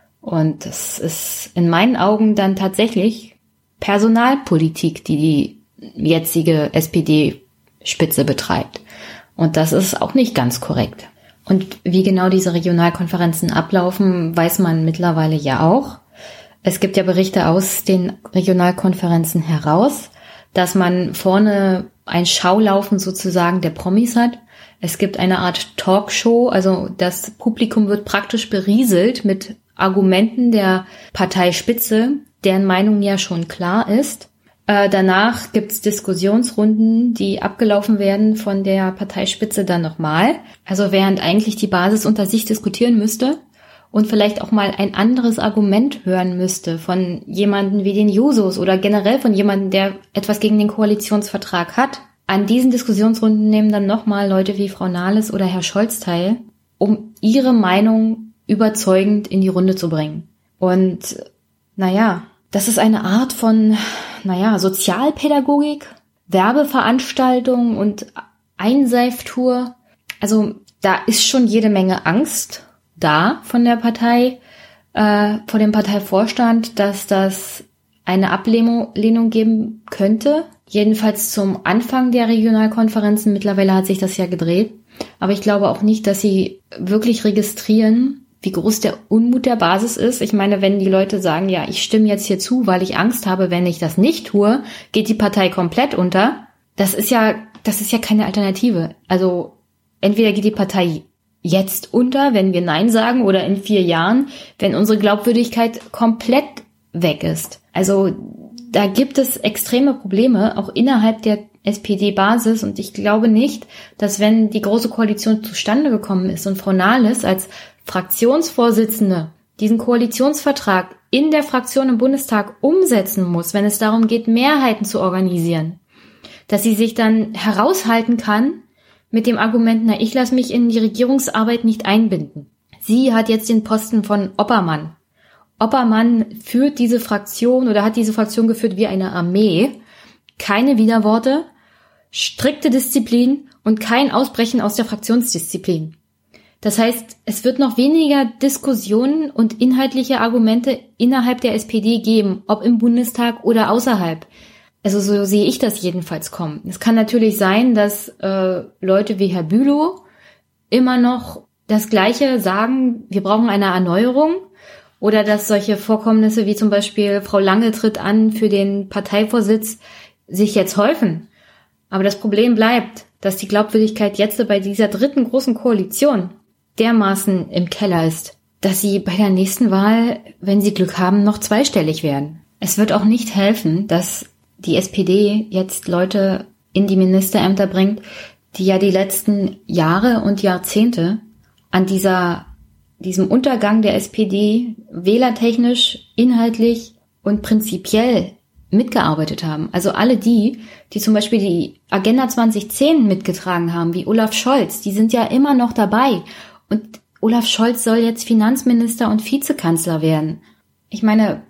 Und das ist in meinen Augen dann tatsächlich Personalpolitik, die die jetzige S P D-Spitze betreibt. Und das ist auch nicht ganz korrekt. Und wie genau diese Regionalkonferenzen ablaufen, weiß man mittlerweile ja auch. Es gibt ja Berichte aus den Regionalkonferenzen heraus, dass man vorne ein Schaulaufen sozusagen der Promis hat. Es gibt eine Art Talkshow, also das Publikum wird praktisch berieselt mit Argumenten der Parteispitze, deren Meinung ja schon klar ist. Äh, danach gibt's Diskussionsrunden, die abgelaufen werden von der Parteispitze dann nochmal. Also während eigentlich die Basis unter sich diskutieren müsste und vielleicht auch mal ein anderes Argument hören müsste von jemandem wie den Jusos oder generell von jemandem, der etwas gegen den Koalitionsvertrag hat. An diesen Diskussionsrunden nehmen dann nochmal Leute wie Frau Nahles oder Herr Scholz teil, um ihre Meinung überzeugend in die Runde zu bringen. Und naja, das ist eine Art von, naja, Sozialpädagogik, Werbeveranstaltung und Einseiftour. Also da ist schon jede Menge Angst da von der Partei, äh, vor dem Parteivorstand, dass das eine Ablehnung geben könnte. Jedenfalls zum Anfang der Regionalkonferenzen. Mittlerweile hat sich das ja gedreht. Aber ich glaube auch nicht, dass sie wirklich registrieren, wie groß der Unmut der Basis ist. Ich meine, wenn die Leute sagen, ja, ich stimme jetzt hier zu, weil ich Angst habe, wenn ich das nicht tue, geht die Partei komplett unter. Das ist ja, das ist ja keine Alternative. Also entweder geht die Partei jetzt unter, wenn wir Nein sagen, oder in vier Jahren, wenn unsere Glaubwürdigkeit komplett weg ist. Also da gibt es extreme Probleme, auch innerhalb der S P D-Basis. Und ich glaube nicht, dass wenn die Große Koalition zustande gekommen ist und Frau Nahles als Fraktionsvorsitzende diesen Koalitionsvertrag in der Fraktion im Bundestag umsetzen muss, wenn es darum geht, Mehrheiten zu organisieren, dass sie sich dann heraushalten kann mit dem Argument, na, ich lasse mich in die Regierungsarbeit nicht einbinden. Sie hat jetzt den Posten von Oppermann. Oppermann führt diese Fraktion oder hat diese Fraktion geführt wie eine Armee. Keine Widerworte, strikte Disziplin und kein Ausbrechen aus der Fraktionsdisziplin. Das heißt, es wird noch weniger Diskussionen und inhaltliche Argumente innerhalb der S P D geben, ob im Bundestag oder außerhalb. Also so sehe ich das jedenfalls kommen. Es kann natürlich sein, dass äh, Leute wie Herr Bülow immer noch das Gleiche sagen, wir brauchen eine Erneuerung, oder dass solche Vorkommnisse wie zum Beispiel Frau Lange tritt an für den Parteivorsitz sich jetzt häufen. Aber das Problem bleibt, dass die Glaubwürdigkeit jetzt bei dieser dritten großen Koalition dermaßen im Keller ist, dass sie bei der nächsten Wahl, wenn sie Glück haben, noch zweistellig werden. Es wird auch nicht helfen, dass die S P D jetzt Leute in die Ministerämter bringt, die ja die letzten Jahre und Jahrzehnte an dieser, diesem Untergang der S P D wählertechnisch, inhaltlich und prinzipiell mitgearbeitet haben. Also alle die, die zum Beispiel die Agenda zwanzig zehn mitgetragen haben, wie Olaf Scholz, die sind ja immer noch dabei. Und Olaf Scholz soll jetzt Finanzminister und Vizekanzler werden. Ich meine,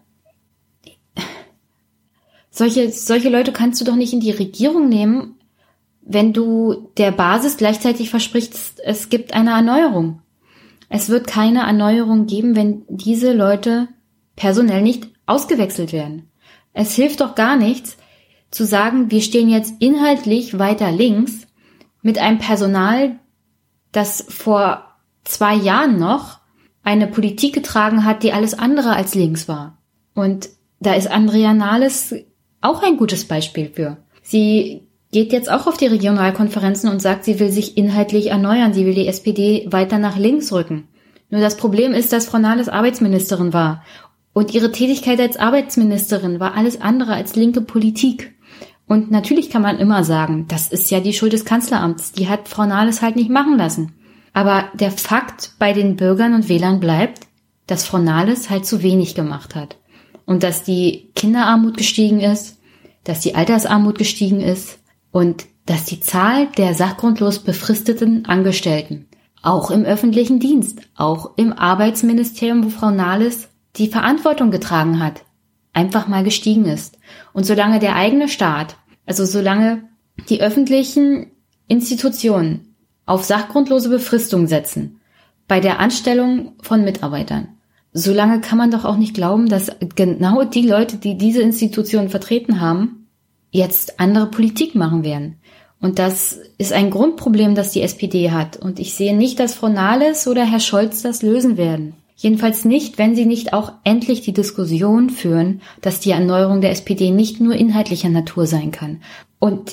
solche, solche Leute kannst du doch nicht in die Regierung nehmen, wenn du der Basis gleichzeitig versprichst, es gibt eine Erneuerung. Es wird keine Erneuerung geben, wenn diese Leute personell nicht ausgewechselt werden. Es hilft doch gar nichts, zu sagen, wir stehen jetzt inhaltlich weiter links mit einem Personal, das vor zwei Jahren noch eine Politik getragen hat, die alles andere als links war. Und da ist Andrea Nahles auch ein gutes Beispiel für. Sie geht jetzt auch auf die Regionalkonferenzen und sagt, sie will sich inhaltlich erneuern, sie will die S P D weiter nach links rücken. Nur das Problem ist, dass Frau Nahles Arbeitsministerin war. Und ihre Tätigkeit als Arbeitsministerin war alles andere als linke Politik. Und natürlich kann man immer sagen, das ist ja die Schuld des Kanzleramts. Die hat Frau Nahles halt nicht machen lassen. Aber der Fakt bei den Bürgern und Wählern bleibt, dass Frau Nahles halt zu wenig gemacht hat. Und dass die Kinderarmut gestiegen ist, dass die Altersarmut gestiegen ist und dass die Zahl der sachgrundlos befristeten Angestellten, auch im öffentlichen Dienst, auch im Arbeitsministerium, wo Frau Nahles die Verantwortung getragen hat, einfach mal gestiegen ist. Und solange der eigene Staat, also solange die öffentlichen Institutionen auf sachgrundlose Befristung setzen, bei der Anstellung von Mitarbeitern, solange kann man doch auch nicht glauben, dass genau die Leute, die diese Institutionen vertreten haben, jetzt andere Politik machen werden. Und das ist ein Grundproblem, das die S P D hat. Und ich sehe nicht, dass Frau Nahles oder Herr Scholz das lösen werden. Jedenfalls nicht, wenn sie nicht auch endlich die Diskussion führen, dass die Erneuerung der S P D nicht nur inhaltlicher Natur sein kann. Und,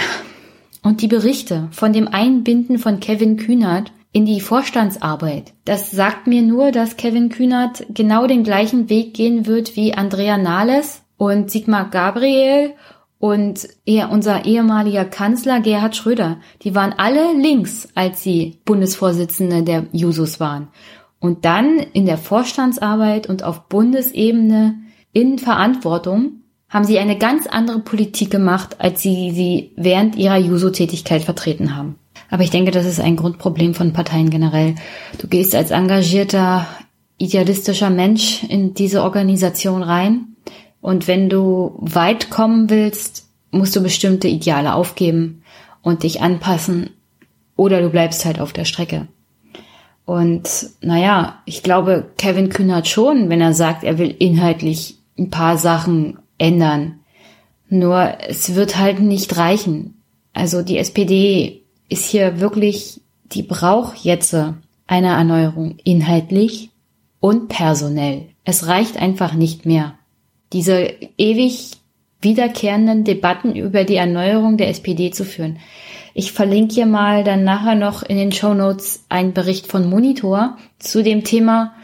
und die Berichte von dem Einbinden von Kevin Kühnert in die Vorstandsarbeit, das sagt mir nur, dass Kevin Kühnert genau den gleichen Weg gehen wird wie Andrea Nahles und Sigmar Gabriel und eher unser ehemaliger Kanzler Gerhard Schröder. Die waren alle links, als sie Bundesvorsitzende der Jusos waren. Und dann in der Vorstandsarbeit und auf Bundesebene in Verantwortung haben sie eine ganz andere Politik gemacht, als sie sie während ihrer Juso-Tätigkeit vertreten haben. Aber ich denke, das ist ein Grundproblem von Parteien generell. Du gehst als engagierter, idealistischer Mensch in diese Organisation rein. Und wenn du weit kommen willst, musst du bestimmte Ideale aufgeben und dich anpassen. Oder du bleibst halt auf der Strecke. Und naja, ich glaube, Kevin Kühnert schon, wenn er sagt, er will inhaltlich ein paar Sachen ändern. Nur es wird halt nicht reichen. Also die S P D ist hier wirklich, die braucht jetzt eine Erneuerung inhaltlich und personell. Es reicht einfach nicht mehr. Diese ewig wiederkehrenden Debatten über die Erneuerung der S P D zu führen. Ich verlinke hier mal dann nachher noch in den Shownotes einen Bericht von Monitor zu dem Thema.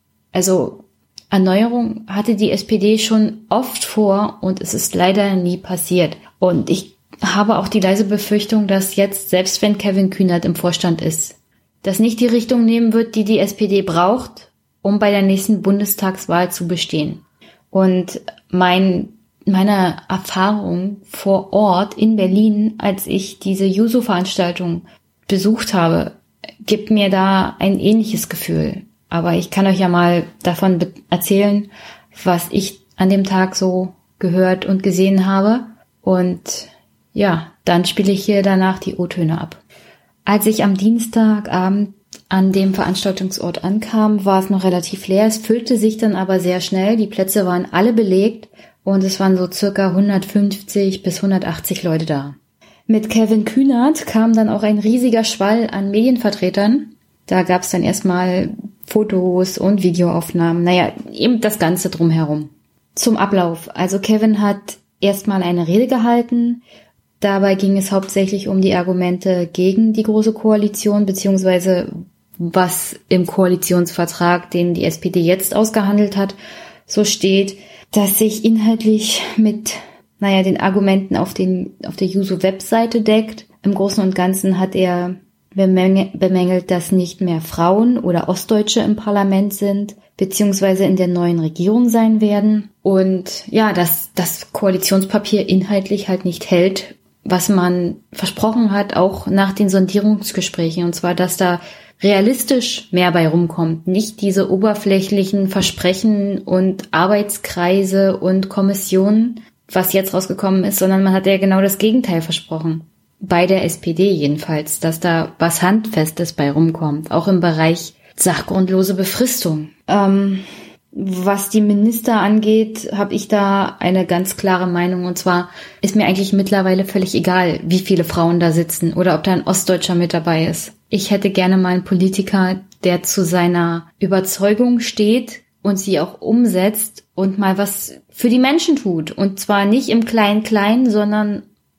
Also Erneuerung hatte die S P D schon oft vor und es ist leider nie passiert. Und ich habe auch die leise Befürchtung, dass jetzt, selbst wenn Kevin Kühnert im Vorstand ist, das nicht die Richtung nehmen wird, die die S P D braucht, um bei der nächsten Bundestagswahl zu bestehen. Und mein Meine Erfahrung vor Ort in Berlin, als ich diese Juso-Veranstaltung besucht habe, gibt mir da ein ähnliches Gefühl. Aber ich kann euch ja mal davon be- erzählen, was ich an dem Tag so gehört und gesehen habe. Und ja, dann spiele ich hier danach die O-Töne ab. Als ich am Dienstagabend an dem Veranstaltungsort ankam, war es noch relativ leer. Es füllte sich dann aber sehr schnell. Die Plätze waren alle belegt. Und es waren so circa hundertfünfzig bis hundertachtzig Leute da. Mit Kevin Kühnert kam dann auch ein riesiger Schwall an Medienvertretern. Da gab es dann erstmal Fotos und Videoaufnahmen. Naja, eben das Ganze drumherum. Zum Ablauf. Also Kevin hat erstmal eine Rede gehalten. Dabei ging es hauptsächlich um die Argumente gegen die Große Koalition, beziehungsweise was im Koalitionsvertrag, den die S P D jetzt ausgehandelt hat, so steht, dass sich inhaltlich mit, naja, den Argumenten auf den, auf der Juso-Webseite deckt. Im Großen und Ganzen hat er bemängelt, dass nicht mehr Frauen oder Ostdeutsche im Parlament sind, beziehungsweise in der neuen Regierung sein werden. Und ja, dass das Koalitionspapier inhaltlich halt nicht hält, was man versprochen hat, auch nach den Sondierungsgesprächen. Und zwar, dass da realistisch mehr bei rumkommt. Nicht diese oberflächlichen Versprechen und Arbeitskreise und Kommissionen, was jetzt rausgekommen ist, sondern man hat ja genau das Gegenteil versprochen. Bei der S P D jedenfalls, dass da was Handfestes bei rumkommt. Auch im Bereich sachgrundlose Befristung. Ähm, was die Minister angeht, habe ich da eine ganz klare Meinung. Und zwar ist mir eigentlich mittlerweile völlig egal, wie viele Frauen da sitzen oder ob da ein Ostdeutscher mit dabei ist. Ich hätte gerne mal einen Politiker, der zu seiner Überzeugung steht und sie auch umsetzt und mal was für die Menschen tut. Und zwar nicht im Klein-Klein, sondern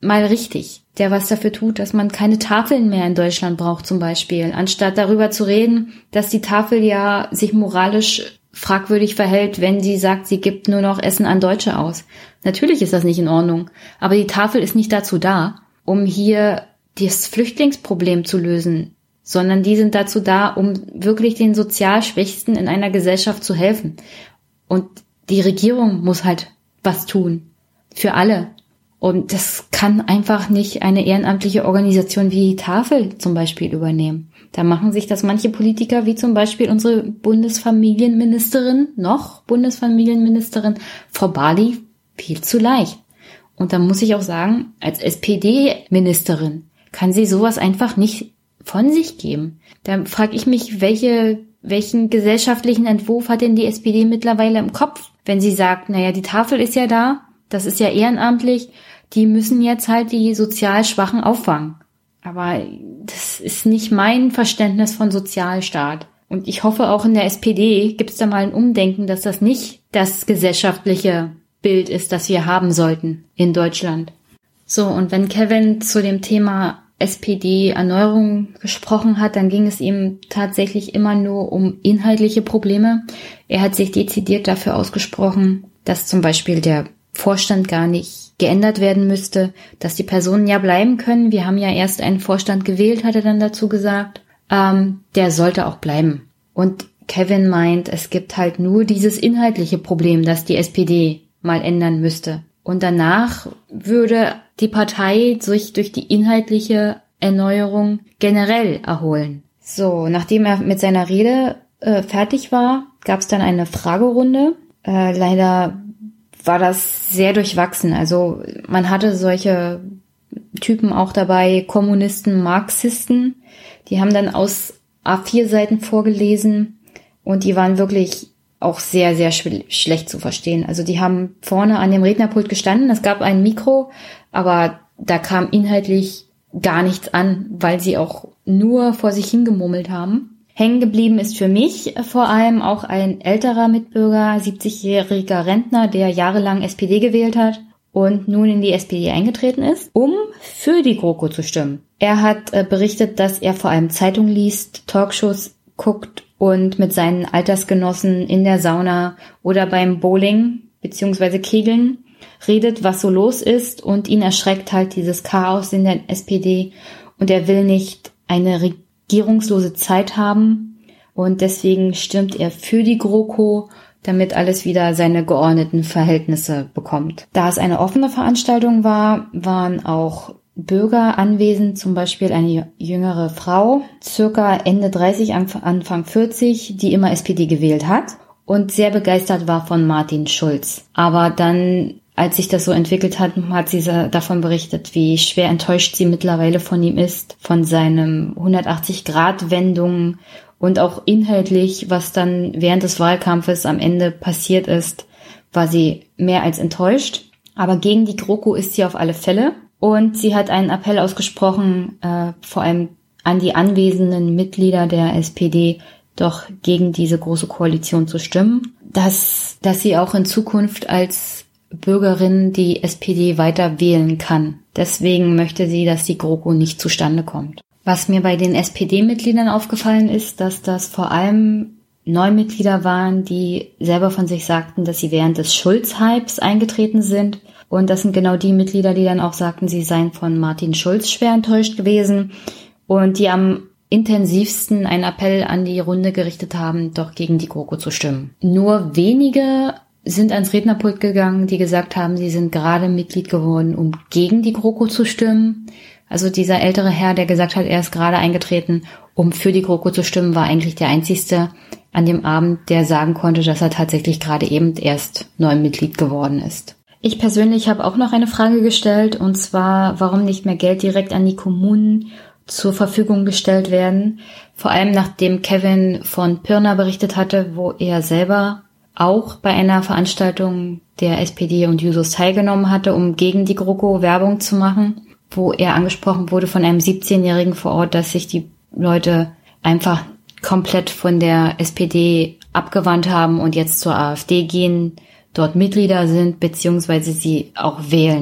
mal richtig, der was dafür tut, dass man keine Tafeln mehr in Deutschland braucht zum Beispiel, anstatt darüber zu reden, dass die Tafel ja sich moralisch fragwürdig verhält, wenn sie sagt, sie gibt nur noch Essen an Deutsche aus. Natürlich ist das nicht in Ordnung, aber die Tafel ist nicht dazu da, um hier das Flüchtlingsproblem zu lösen, sondern die sind dazu da, um wirklich den sozial Schwächsten in einer Gesellschaft zu helfen. Und die Regierung muss halt was tun. Für alle. Und das kann einfach nicht eine ehrenamtliche Organisation wie die Tafel zum Beispiel übernehmen. Da machen sich das manche Politiker, wie zum Beispiel unsere Bundesfamilienministerin, noch Bundesfamilienministerin Frau Barley, viel zu leicht. Und da muss ich auch sagen, als S P D-Ministerin kann sie sowas einfach nicht von sich geben. Da frage ich mich, welche, welchen gesellschaftlichen Entwurf hat denn die S P D mittlerweile im Kopf? Wenn sie sagt, naja, die Tafel ist ja da, das ist ja ehrenamtlich, die müssen jetzt halt die sozial Schwachen auffangen. Aber das ist nicht mein Verständnis von Sozialstaat. Und ich hoffe, auch in der S P D gibt es da mal ein Umdenken, dass das nicht das gesellschaftliche Bild ist, das wir haben sollten in Deutschland. So, und wenn Kevin zu dem Thema S P D-Erneuerung gesprochen hat, dann ging es ihm tatsächlich immer nur um inhaltliche Probleme. Er hat sich dezidiert dafür ausgesprochen, dass zum Beispiel der Vorstand gar nicht geändert werden müsste, dass die Personen ja bleiben können. Wir haben ja erst einen Vorstand gewählt, hat er dann dazu gesagt. Ähm, der sollte auch bleiben. Und Kevin meint, es gibt halt nur dieses inhaltliche Problem, das die S P D mal ändern müsste. Und danach würde die Partei sich durch die inhaltliche Erneuerung generell erholen. So, nachdem er mit seiner Rede äh, fertig war, gab es dann eine Fragerunde. Äh, leider war das sehr durchwachsen. Also man hatte solche Typen auch dabei, Kommunisten, Marxisten. Die haben dann aus A vier Seiten vorgelesen und die waren wirklich auch sehr, sehr sch- schlecht zu verstehen. Also die haben vorne an dem Rednerpult gestanden, es gab ein Mikro, aber da kam inhaltlich gar nichts an, weil sie auch nur vor sich hingemurmelt haben. Hängen geblieben ist für mich vor allem auch ein älterer Mitbürger, siebzigjähriger Rentner, der jahrelang S P D gewählt hat und nun in die S P D eingetreten ist, um für die GroKo zu stimmen. Er hat äh, berichtet, dass er vor allem Zeitung liest, Talkshows guckt und mit seinen Altersgenossen in der Sauna oder beim Bowling bzw. Kegeln redet, was so los ist, und ihn erschreckt halt dieses Chaos in der S P D und er will nicht eine regierungslose Zeit haben und deswegen stimmt er für die GroKo, damit alles wieder seine geordneten Verhältnisse bekommt. Da es eine offene Veranstaltung war, waren auch Bürger anwesend, zum Beispiel eine jüngere Frau, circa Ende dreißig, Anfang vierzig, die immer S P D gewählt hat und sehr begeistert war von Martin Schulz. Aber dann, als sich das so entwickelt hat, hat sie davon berichtet, wie schwer enttäuscht sie mittlerweile von ihm ist, von seinem hundertachtzig-Grad-Wendungen und auch inhaltlich, was dann während des Wahlkampfes am Ende passiert ist, war sie mehr als enttäuscht. Aber gegen die GroKo ist sie auf alle Fälle. Und sie hat einen Appell ausgesprochen, äh, vor allem an die anwesenden Mitglieder der S P D, doch gegen diese große Koalition zu stimmen, dass, dass sie auch in Zukunft als Bürgerin die S P D weiter wählen kann. Deswegen möchte sie, dass die GroKo nicht zustande kommt. Was mir bei den S P D-Mitgliedern aufgefallen ist, dass das vor allem Neumitglieder waren, die selber von sich sagten, dass sie während des Schulz-Hypes eingetreten sind. Und das sind genau die Mitglieder, die dann auch sagten, sie seien von Martin Schulz schwer enttäuscht gewesen und die am intensivsten einen Appell an die Runde gerichtet haben, doch gegen die GroKo zu stimmen. Nur wenige sind ans Rednerpult gegangen, die gesagt haben, sie sind gerade Mitglied geworden, um gegen die GroKo zu stimmen. Also dieser ältere Herr, der gesagt hat, er ist gerade eingetreten, um für die GroKo zu stimmen, war eigentlich der einzigste an dem Abend, der sagen konnte, dass er tatsächlich gerade eben erst neu Mitglied geworden ist. Ich persönlich habe auch noch eine Frage gestellt, und zwar, warum nicht mehr Geld direkt an die Kommunen zur Verfügung gestellt werden. Vor allem nachdem Kevin von Pirna berichtet hatte, wo er selber auch bei einer Veranstaltung der S P D und Jusos teilgenommen hatte, um gegen die GroKo Werbung zu machen, wo er angesprochen wurde von einem siebzehnjährigen vor Ort, dass sich die Leute einfach komplett von der S P D abgewandt haben und jetzt zur AfD gehen, dort Mitglieder sind, beziehungsweise sie auch wählen.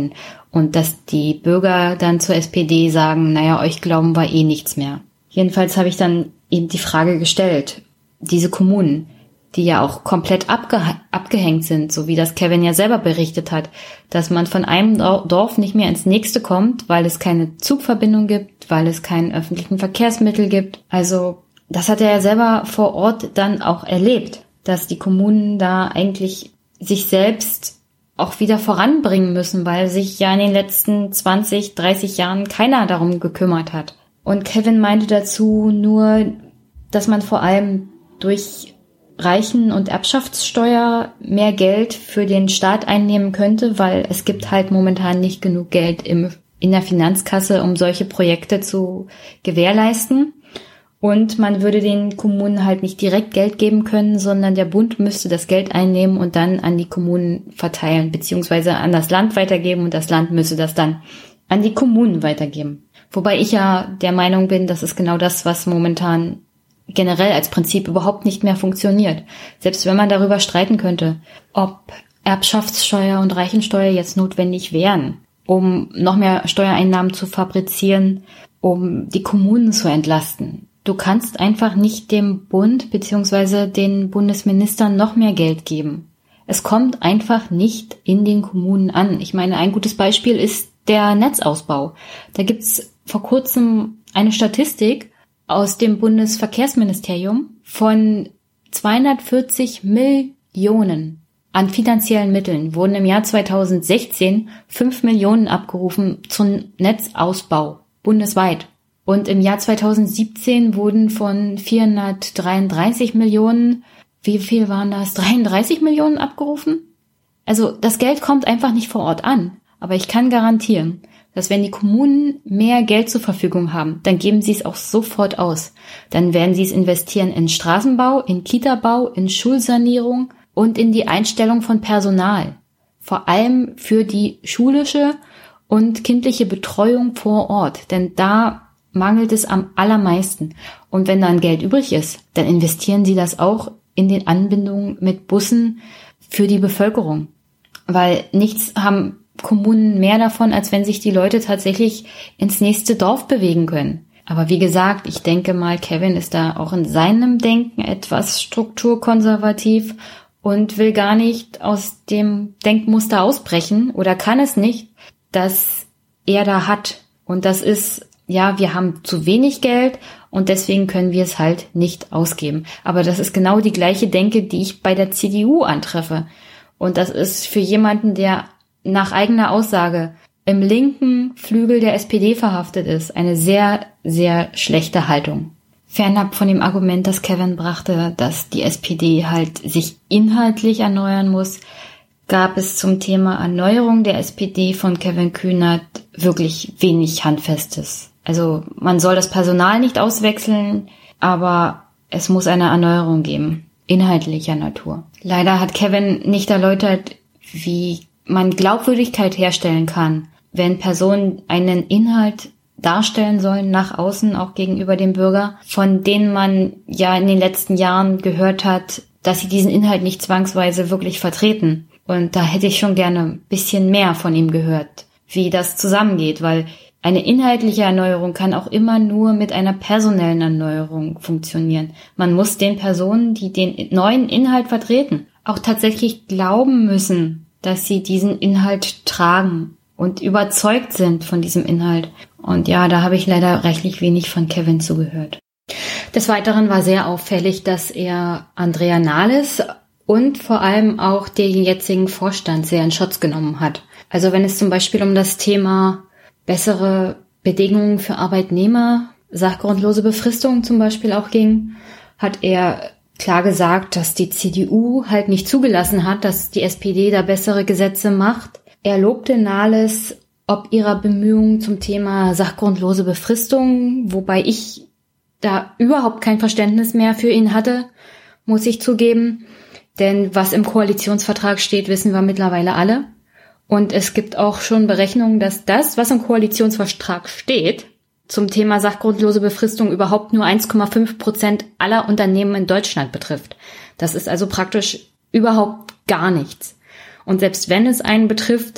und dass die Bürger dann zur S P D sagen, naja, euch glauben wir eh nichts mehr. Jedenfalls habe ich dann eben die Frage gestellt, diese Kommunen, die ja auch komplett abge- abgehängt sind, so wie das Kevin ja selber berichtet hat, dass man von einem Dorf nicht mehr ins nächste kommt, weil es keine Zugverbindung gibt, weil es keinen öffentlichen Verkehrsmittel gibt. Also das hat er ja selber vor Ort dann auch erlebt, dass die Kommunen da eigentlich sich selbst auch wieder voranbringen müssen, weil sich ja in den letzten zwanzig, dreißig Jahren keiner darum gekümmert hat. Und Kevin meinte dazu nur, dass man vor allem durch Reichen- und Erbschaftssteuer mehr Geld für den Staat einnehmen könnte, weil es gibt halt momentan nicht genug Geld im, in der Finanzkasse, um solche Projekte zu gewährleisten. Und man würde den Kommunen halt nicht direkt Geld geben können, sondern der Bund müsste das Geld einnehmen und dann an die Kommunen verteilen, beziehungsweise an das Land weitergeben und das Land müsste das dann an die Kommunen weitergeben. Wobei ich ja der Meinung bin, das ist genau das, was momentan generell als Prinzip überhaupt nicht mehr funktioniert. Selbst wenn man darüber streiten könnte, ob Erbschaftssteuer und Reichensteuer jetzt notwendig wären, um noch mehr Steuereinnahmen zu fabrizieren, um die Kommunen zu entlasten. Du kannst einfach nicht dem Bund bzw. den Bundesministern noch mehr Geld geben. Es kommt einfach nicht in den Kommunen an. Ich meine, ein gutes Beispiel ist der Netzausbau. Da gibt's vor kurzem eine Statistik aus dem Bundesverkehrsministerium von zweihundertvierzig Millionen an finanziellen Mitteln wurden im Jahr zweitausendsechzehn fünf Millionen abgerufen zum Netzausbau bundesweit. Und im Jahr zweitausendsiebzehn wurden von vierhundertdreiunddreißig Millionen, wie viel waren das, dreiunddreißig Millionen abgerufen? Also das Geld kommt einfach nicht vor Ort an. Aber ich kann garantieren, dass wenn die Kommunen mehr Geld zur Verfügung haben, dann geben sie es auch sofort aus. Dann werden sie es investieren in Straßenbau, in Kitabau, in Schulsanierung und in die Einstellung von Personal. Vor allem für die schulische und kindliche Betreuung vor Ort. Denn da mangelt es am allermeisten. Und wenn dann Geld übrig ist, dann investieren sie das auch in den Anbindungen mit Bussen für die Bevölkerung. Weil nichts haben Kommunen mehr davon, als wenn sich die Leute tatsächlich ins nächste Dorf bewegen können. Aber wie gesagt, ich denke mal, Kevin ist da auch in seinem Denken etwas strukturkonservativ und will gar nicht aus dem Denkmuster ausbrechen oder kann es nicht, das er da hat. Und das ist, ja, wir haben zu wenig Geld und deswegen können wir es halt nicht ausgeben. Aber das ist genau die gleiche Denke, die ich bei der C D U antreffe. Und das ist für jemanden, der nach eigener Aussage im linken Flügel der S P D verhaftet ist, eine sehr, sehr schlechte Haltung. Fernab von dem Argument, das Kevin brachte, dass die S P D halt sich inhaltlich erneuern muss, gab es zum Thema Erneuerung der S P D von Kevin Kühnert wirklich wenig Handfestes. Also man soll das Personal nicht auswechseln, aber es muss eine Erneuerung geben, inhaltlicher Natur. Leider hat Kevin nicht erläutert, wie man Glaubwürdigkeit herstellen kann, wenn Personen einen Inhalt darstellen sollen nach außen, auch gegenüber dem Bürger, von denen man ja in den letzten Jahren gehört hat, dass sie diesen Inhalt nicht zwangsweise wirklich vertreten. Und da hätte ich schon gerne ein bisschen mehr von ihm gehört, wie das zusammengeht, weil eine inhaltliche Erneuerung kann auch immer nur mit einer personellen Erneuerung funktionieren. Man muss den Personen, die den neuen Inhalt vertreten, auch tatsächlich glauben müssen, dass sie diesen Inhalt tragen und überzeugt sind von diesem Inhalt. Und ja, da habe ich leider rechtlich wenig von Kevin zugehört. Des Weiteren war sehr auffällig, dass er Andrea Nahles und vor allem auch den jetzigen Vorstand sehr in Schutz genommen hat. Also wenn es zum Beispiel um das Thema bessere Bedingungen für Arbeitnehmer, sachgrundlose Befristung zum Beispiel auch ging, hat er klar gesagt, dass die C D U halt nicht zugelassen hat, dass die S P D da bessere Gesetze macht. Er lobte Nahles ob ihrer Bemühungen zum Thema sachgrundlose Befristung, wobei ich da überhaupt kein Verständnis mehr für ihn hatte, muss ich zugeben. Denn was im Koalitionsvertrag steht, wissen wir mittlerweile alle. Und es gibt auch schon Berechnungen, dass das, was im Koalitionsvertrag steht, zum Thema sachgrundlose Befristung überhaupt nur eins Komma fünf Prozent aller Unternehmen in Deutschland betrifft. Das ist also praktisch überhaupt gar nichts. Und selbst wenn es einen betrifft,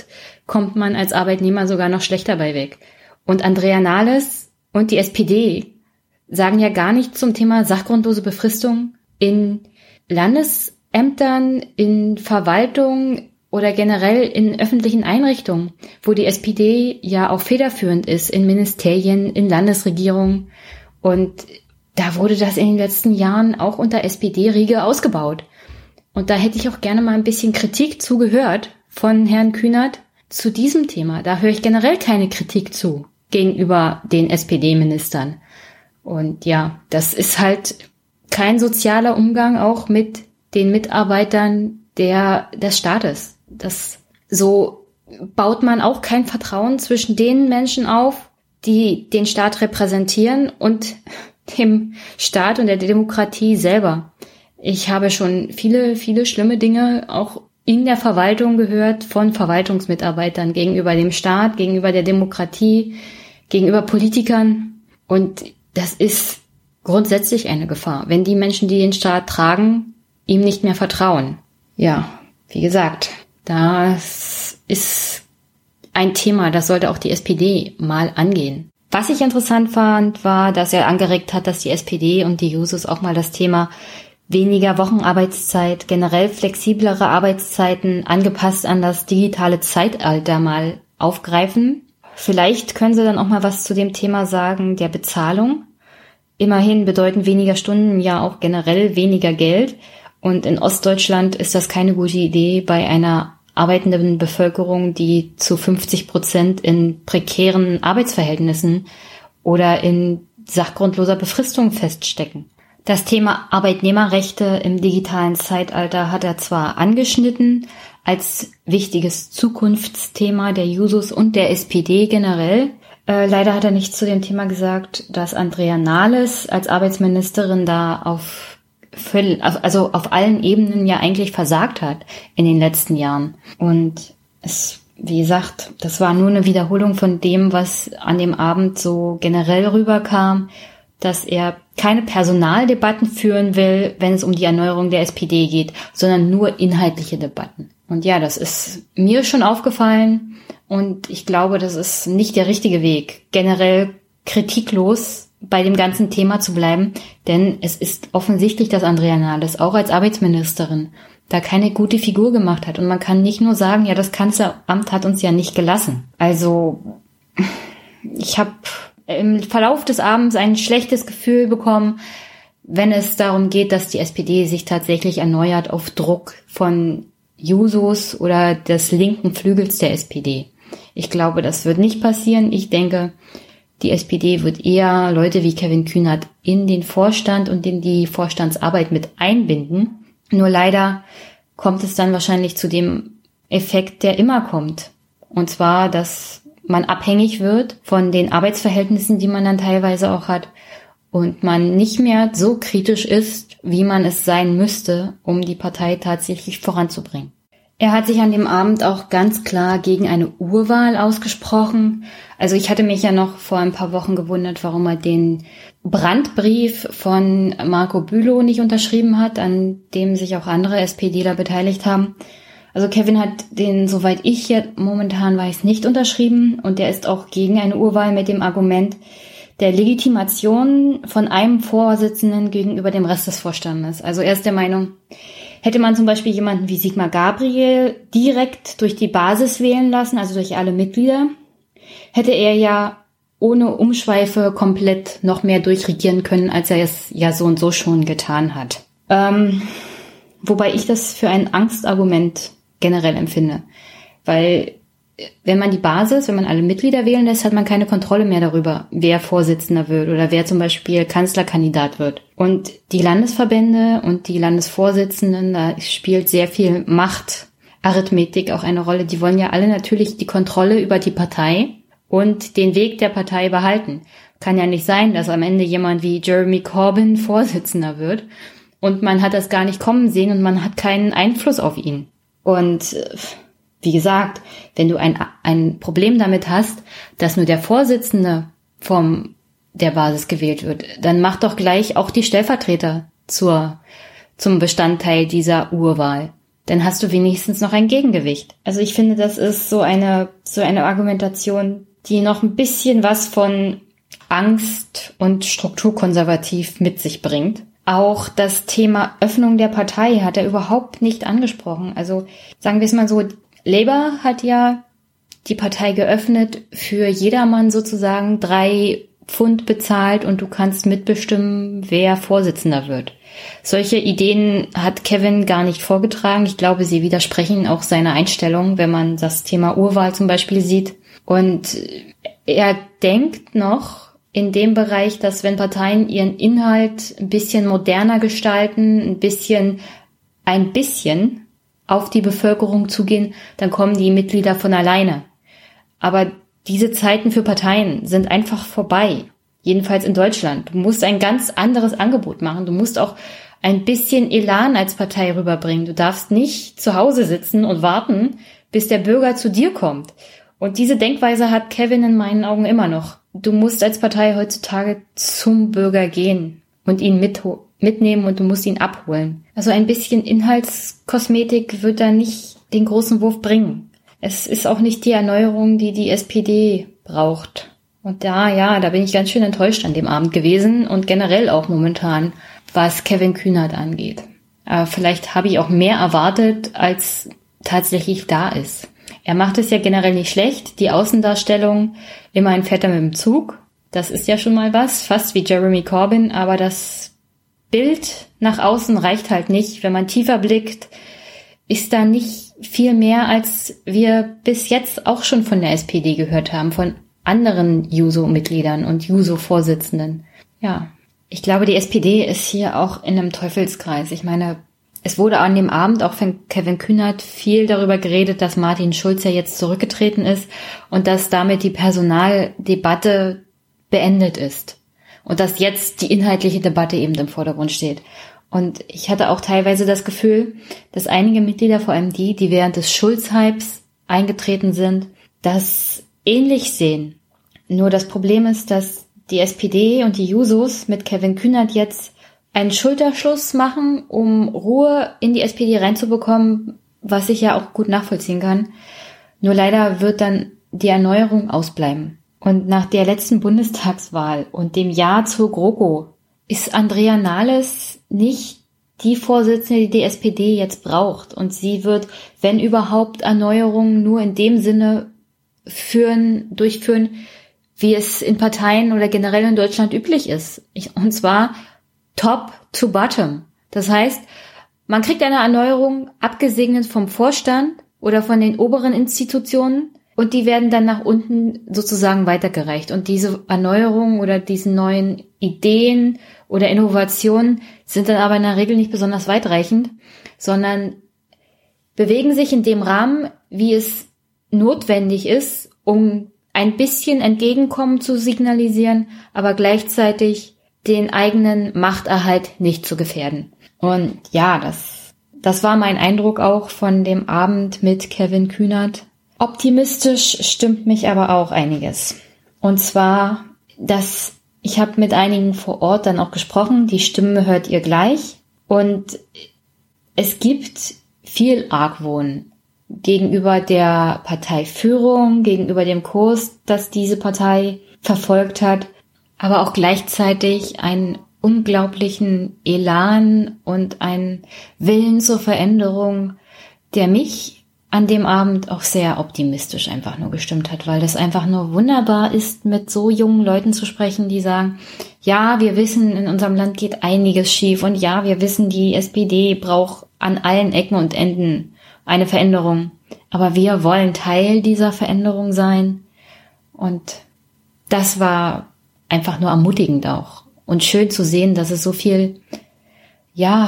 kommt man als Arbeitnehmer sogar noch schlechter bei weg. Und Andrea Nahles und die S P D sagen ja gar nichts zum Thema sachgrundlose Befristung in Landesämtern, in Verwaltung oder generell in öffentlichen Einrichtungen, wo die S P D ja auch federführend ist, in Ministerien, in Landesregierungen. Und da wurde das in den letzten Jahren auch unter S P D-Riege ausgebaut. Und da hätte ich auch gerne mal ein bisschen Kritik zugehört von Herrn Kühnert zu diesem Thema. Da höre ich generell keine Kritik zu gegenüber den S P D-Ministern. Und ja, das ist halt kein sozialer Umgang auch mit den Mitarbeitern der, des Staates. Das, so baut man auch kein Vertrauen zwischen den Menschen auf, die den Staat repräsentieren und dem Staat und der Demokratie selber. Ich habe schon viele, viele schlimme Dinge auch in der Verwaltung gehört von Verwaltungsmitarbeitern gegenüber dem Staat, gegenüber der Demokratie, gegenüber Politikern. Und das ist grundsätzlich eine Gefahr, wenn die Menschen, die den Staat tragen, ihm nicht mehr vertrauen. Ja, wie gesagt, das ist ein Thema, das sollte auch die S P D mal angehen. Was ich interessant fand, war, dass er angeregt hat, dass die S P D und die Jusos auch mal das Thema weniger Wochenarbeitszeit, generell flexiblere Arbeitszeiten angepasst an das digitale Zeitalter mal aufgreifen. Vielleicht können sie dann auch mal was zu dem Thema sagen, der Bezahlung. Immerhin bedeuten weniger Stunden ja auch generell weniger Geld. Und in Ostdeutschland ist das keine gute Idee bei einer arbeitenden Bevölkerung, die zu fünfzig Prozent in prekären Arbeitsverhältnissen oder in sachgrundloser Befristung feststecken. Das Thema Arbeitnehmerrechte im digitalen Zeitalter hat er zwar angeschnitten als wichtiges Zukunftsthema der Jusos und der S P D generell. Äh, leider hat er nichts zu dem Thema gesagt, dass Andrea Nahles als Arbeitsministerin da auf völ- also auf allen Ebenen ja eigentlich versagt hat in den letzten Jahren. Und es, wie gesagt, das war nur eine Wiederholung von dem, was an dem Abend so generell rüberkam, dass er keine Personaldebatten führen will, wenn es um die Erneuerung der S P D geht, sondern nur inhaltliche Debatten. Und ja, das ist mir schon aufgefallen und ich glaube, das ist nicht der richtige Weg, generell kritiklos bei dem ganzen Thema zu bleiben, denn es ist offensichtlich, dass Andrea Nahles auch als Arbeitsministerin da keine gute Figur gemacht hat. Und man kann nicht nur sagen, ja, das Kanzleramt hat uns ja nicht gelassen. Also ich habe im Verlauf des Abends ein schlechtes Gefühl bekommen, wenn es darum geht, dass die S P D sich tatsächlich erneuert auf Druck von Jusos oder des linken Flügels der S P D. Ich glaube, das wird nicht passieren. Ich denke, die S P D wird eher Leute wie Kevin Kühnert in den Vorstand und in die Vorstandsarbeit mit einbinden. Nur leider kommt es dann wahrscheinlich zu dem Effekt, der immer kommt. Und zwar, dass man abhängig wird von den Arbeitsverhältnissen, die man dann teilweise auch hat und man nicht mehr so kritisch ist, wie man es sein müsste, um die Partei tatsächlich voranzubringen. Er hat sich an dem Abend auch ganz klar gegen eine Urwahl ausgesprochen. Also ich hatte mich ja noch vor ein paar Wochen gewundert, warum er den Brandbrief von Marco Bülow nicht unterschrieben hat, an dem sich auch andere SPDler beteiligt haben. Also Kevin hat den, soweit ich jetzt momentan weiß, nicht unterschrieben und der ist auch gegen eine Urwahl mit dem Argument der Legitimation von einem Vorsitzenden gegenüber dem Rest des Vorstandes. Also er ist der Meinung, hätte man zum Beispiel jemanden wie Sigmar Gabriel direkt durch die Basis wählen lassen, also durch alle Mitglieder, hätte er ja ohne Umschweife komplett noch mehr durchregieren können, als er es ja so und so schon getan hat. Ähm, wobei ich das für ein Angstargument generell empfinde. Weil wenn man die Basis, wenn man alle Mitglieder wählen lässt, hat man keine Kontrolle mehr darüber, wer Vorsitzender wird oder wer zum Beispiel Kanzlerkandidat wird. Und die Landesverbände und die Landesvorsitzenden, da spielt sehr viel Machtarithmetik auch eine Rolle. Die wollen ja alle natürlich die Kontrolle über die Partei und den Weg der Partei behalten. Kann ja nicht sein, dass am Ende jemand wie Jeremy Corbyn Vorsitzender wird und man hat das gar nicht kommen sehen und man hat keinen Einfluss auf ihn. Und wie gesagt, wenn du ein, ein Problem damit hast, dass nur der Vorsitzende vom der Basis gewählt wird, dann mach doch gleich auch die Stellvertreter zur zum Bestandteil dieser Urwahl. dann hast du wenigstens noch ein Gegengewicht. Also ich finde, das ist so eine, so eine Argumentation, die noch ein bisschen was von Angst und strukturkonservativ mit sich bringt. Auch das Thema Öffnung der Partei hat er überhaupt nicht angesprochen. Also sagen wir es mal so, Labour hat ja die Partei geöffnet, für jedermann sozusagen drei Pfund bezahlt und du kannst mitbestimmen, wer Vorsitzender wird. Solche Ideen hat Kevin gar nicht vorgetragen. Ich glaube, sie widersprechen auch seiner Einstellung, wenn man das Thema Urwahl zum Beispiel sieht. Und er denkt noch in dem Bereich, dass wenn Parteien ihren Inhalt ein bisschen moderner gestalten, ein bisschen, ein bisschen auf die Bevölkerung zugehen, dann kommen die Mitglieder von alleine. Aber diese Zeiten für Parteien sind einfach vorbei. Jedenfalls in Deutschland. Du musst ein ganz anderes Angebot machen. Du musst auch ein bisschen Elan als Partei rüberbringen. Du darfst nicht zu Hause sitzen und warten, bis der Bürger zu dir kommt. Und diese Denkweise hat Kevin in meinen Augen immer noch. Du musst als Partei heutzutage zum Bürger gehen und ihn mit, mitnehmen und du musst ihn abholen. Also ein bisschen Inhaltskosmetik wird da nicht den großen Wurf bringen. Es ist auch nicht die Erneuerung, die die S P D braucht. Und da, ja, da bin ich ganz schön enttäuscht an dem Abend gewesen und generell auch momentan, was Kevin Kühnert angeht. Aber vielleicht habe ich auch mehr erwartet, als tatsächlich da ist. Er macht es ja generell nicht schlecht, die Außendarstellung, immerhin fährt er mit dem Zug. Das ist ja schon mal was, fast wie Jeremy Corbyn, aber das Bild nach außen reicht halt nicht. Wenn man tiefer blickt, ist da nicht viel mehr, als wir bis jetzt auch schon von der S P D gehört haben, von anderen Juso-Mitgliedern und Juso-Vorsitzenden. Ja, ich glaube, die S P D ist hier auch in einem Teufelskreis. Ich meine, es wurde an dem Abend auch von Kevin Kühnert viel darüber geredet, dass Martin Schulz ja jetzt zurückgetreten ist und dass damit die Personaldebatte beendet ist und dass jetzt die inhaltliche Debatte eben im Vordergrund steht. Und ich hatte auch teilweise das Gefühl, dass einige Mitglieder, vor allem die, die während des Schulz-Hypes eingetreten sind, das ähnlich sehen. Nur das Problem ist, dass die S P D und die Jusos mit Kevin Kühnert jetzt einen Schulterschluss machen, um Ruhe in die S P D reinzubekommen, was ich ja auch gut nachvollziehen kann. Nur leider wird dann die Erneuerung ausbleiben. Und nach der letzten Bundestagswahl und dem Ja zur GroKo ist Andrea Nahles nicht die Vorsitzende, die die S P D jetzt braucht. Und sie wird, wenn überhaupt, Erneuerungen nur in dem Sinne führen, durchführen, wie es in Parteien oder generell in Deutschland üblich ist. Ich, und zwar top to bottom. Das heißt, man kriegt eine Erneuerung abgesegnet vom Vorstand oder von den oberen Institutionen und die werden dann nach unten sozusagen weitergereicht. Und diese Erneuerungen oder diese neuen Ideen oder Innovationen sind dann aber in der Regel nicht besonders weitreichend, sondern bewegen sich in dem Rahmen, wie es notwendig ist, um ein bisschen Entgegenkommen zu signalisieren, aber gleichzeitig den eigenen Machterhalt nicht zu gefährden. Und ja, das, das war mein Eindruck auch von dem Abend mit Kevin Kühnert. Optimistisch stimmt mich aber auch einiges. Und zwar, dass ich habe mit einigen vor Ort dann auch gesprochen, die Stimme hört ihr gleich. Und es gibt viel Argwohn gegenüber der Parteiführung, gegenüber dem Kurs, das diese Partei verfolgt hat, aber auch gleichzeitig einen unglaublichen Elan und einen Willen zur Veränderung, der mich an dem Abend auch sehr optimistisch einfach nur gestimmt hat, weil das einfach nur wunderbar ist, mit so jungen Leuten zu sprechen, die sagen, ja, wir wissen, in unserem Land geht einiges schief und ja, wir wissen, die S P D braucht an allen Ecken und Enden eine Veränderung. Aber wir wollen Teil dieser Veränderung sein. Und das war einfach nur ermutigend auch. Und schön zu sehen, dass es so viel, ja,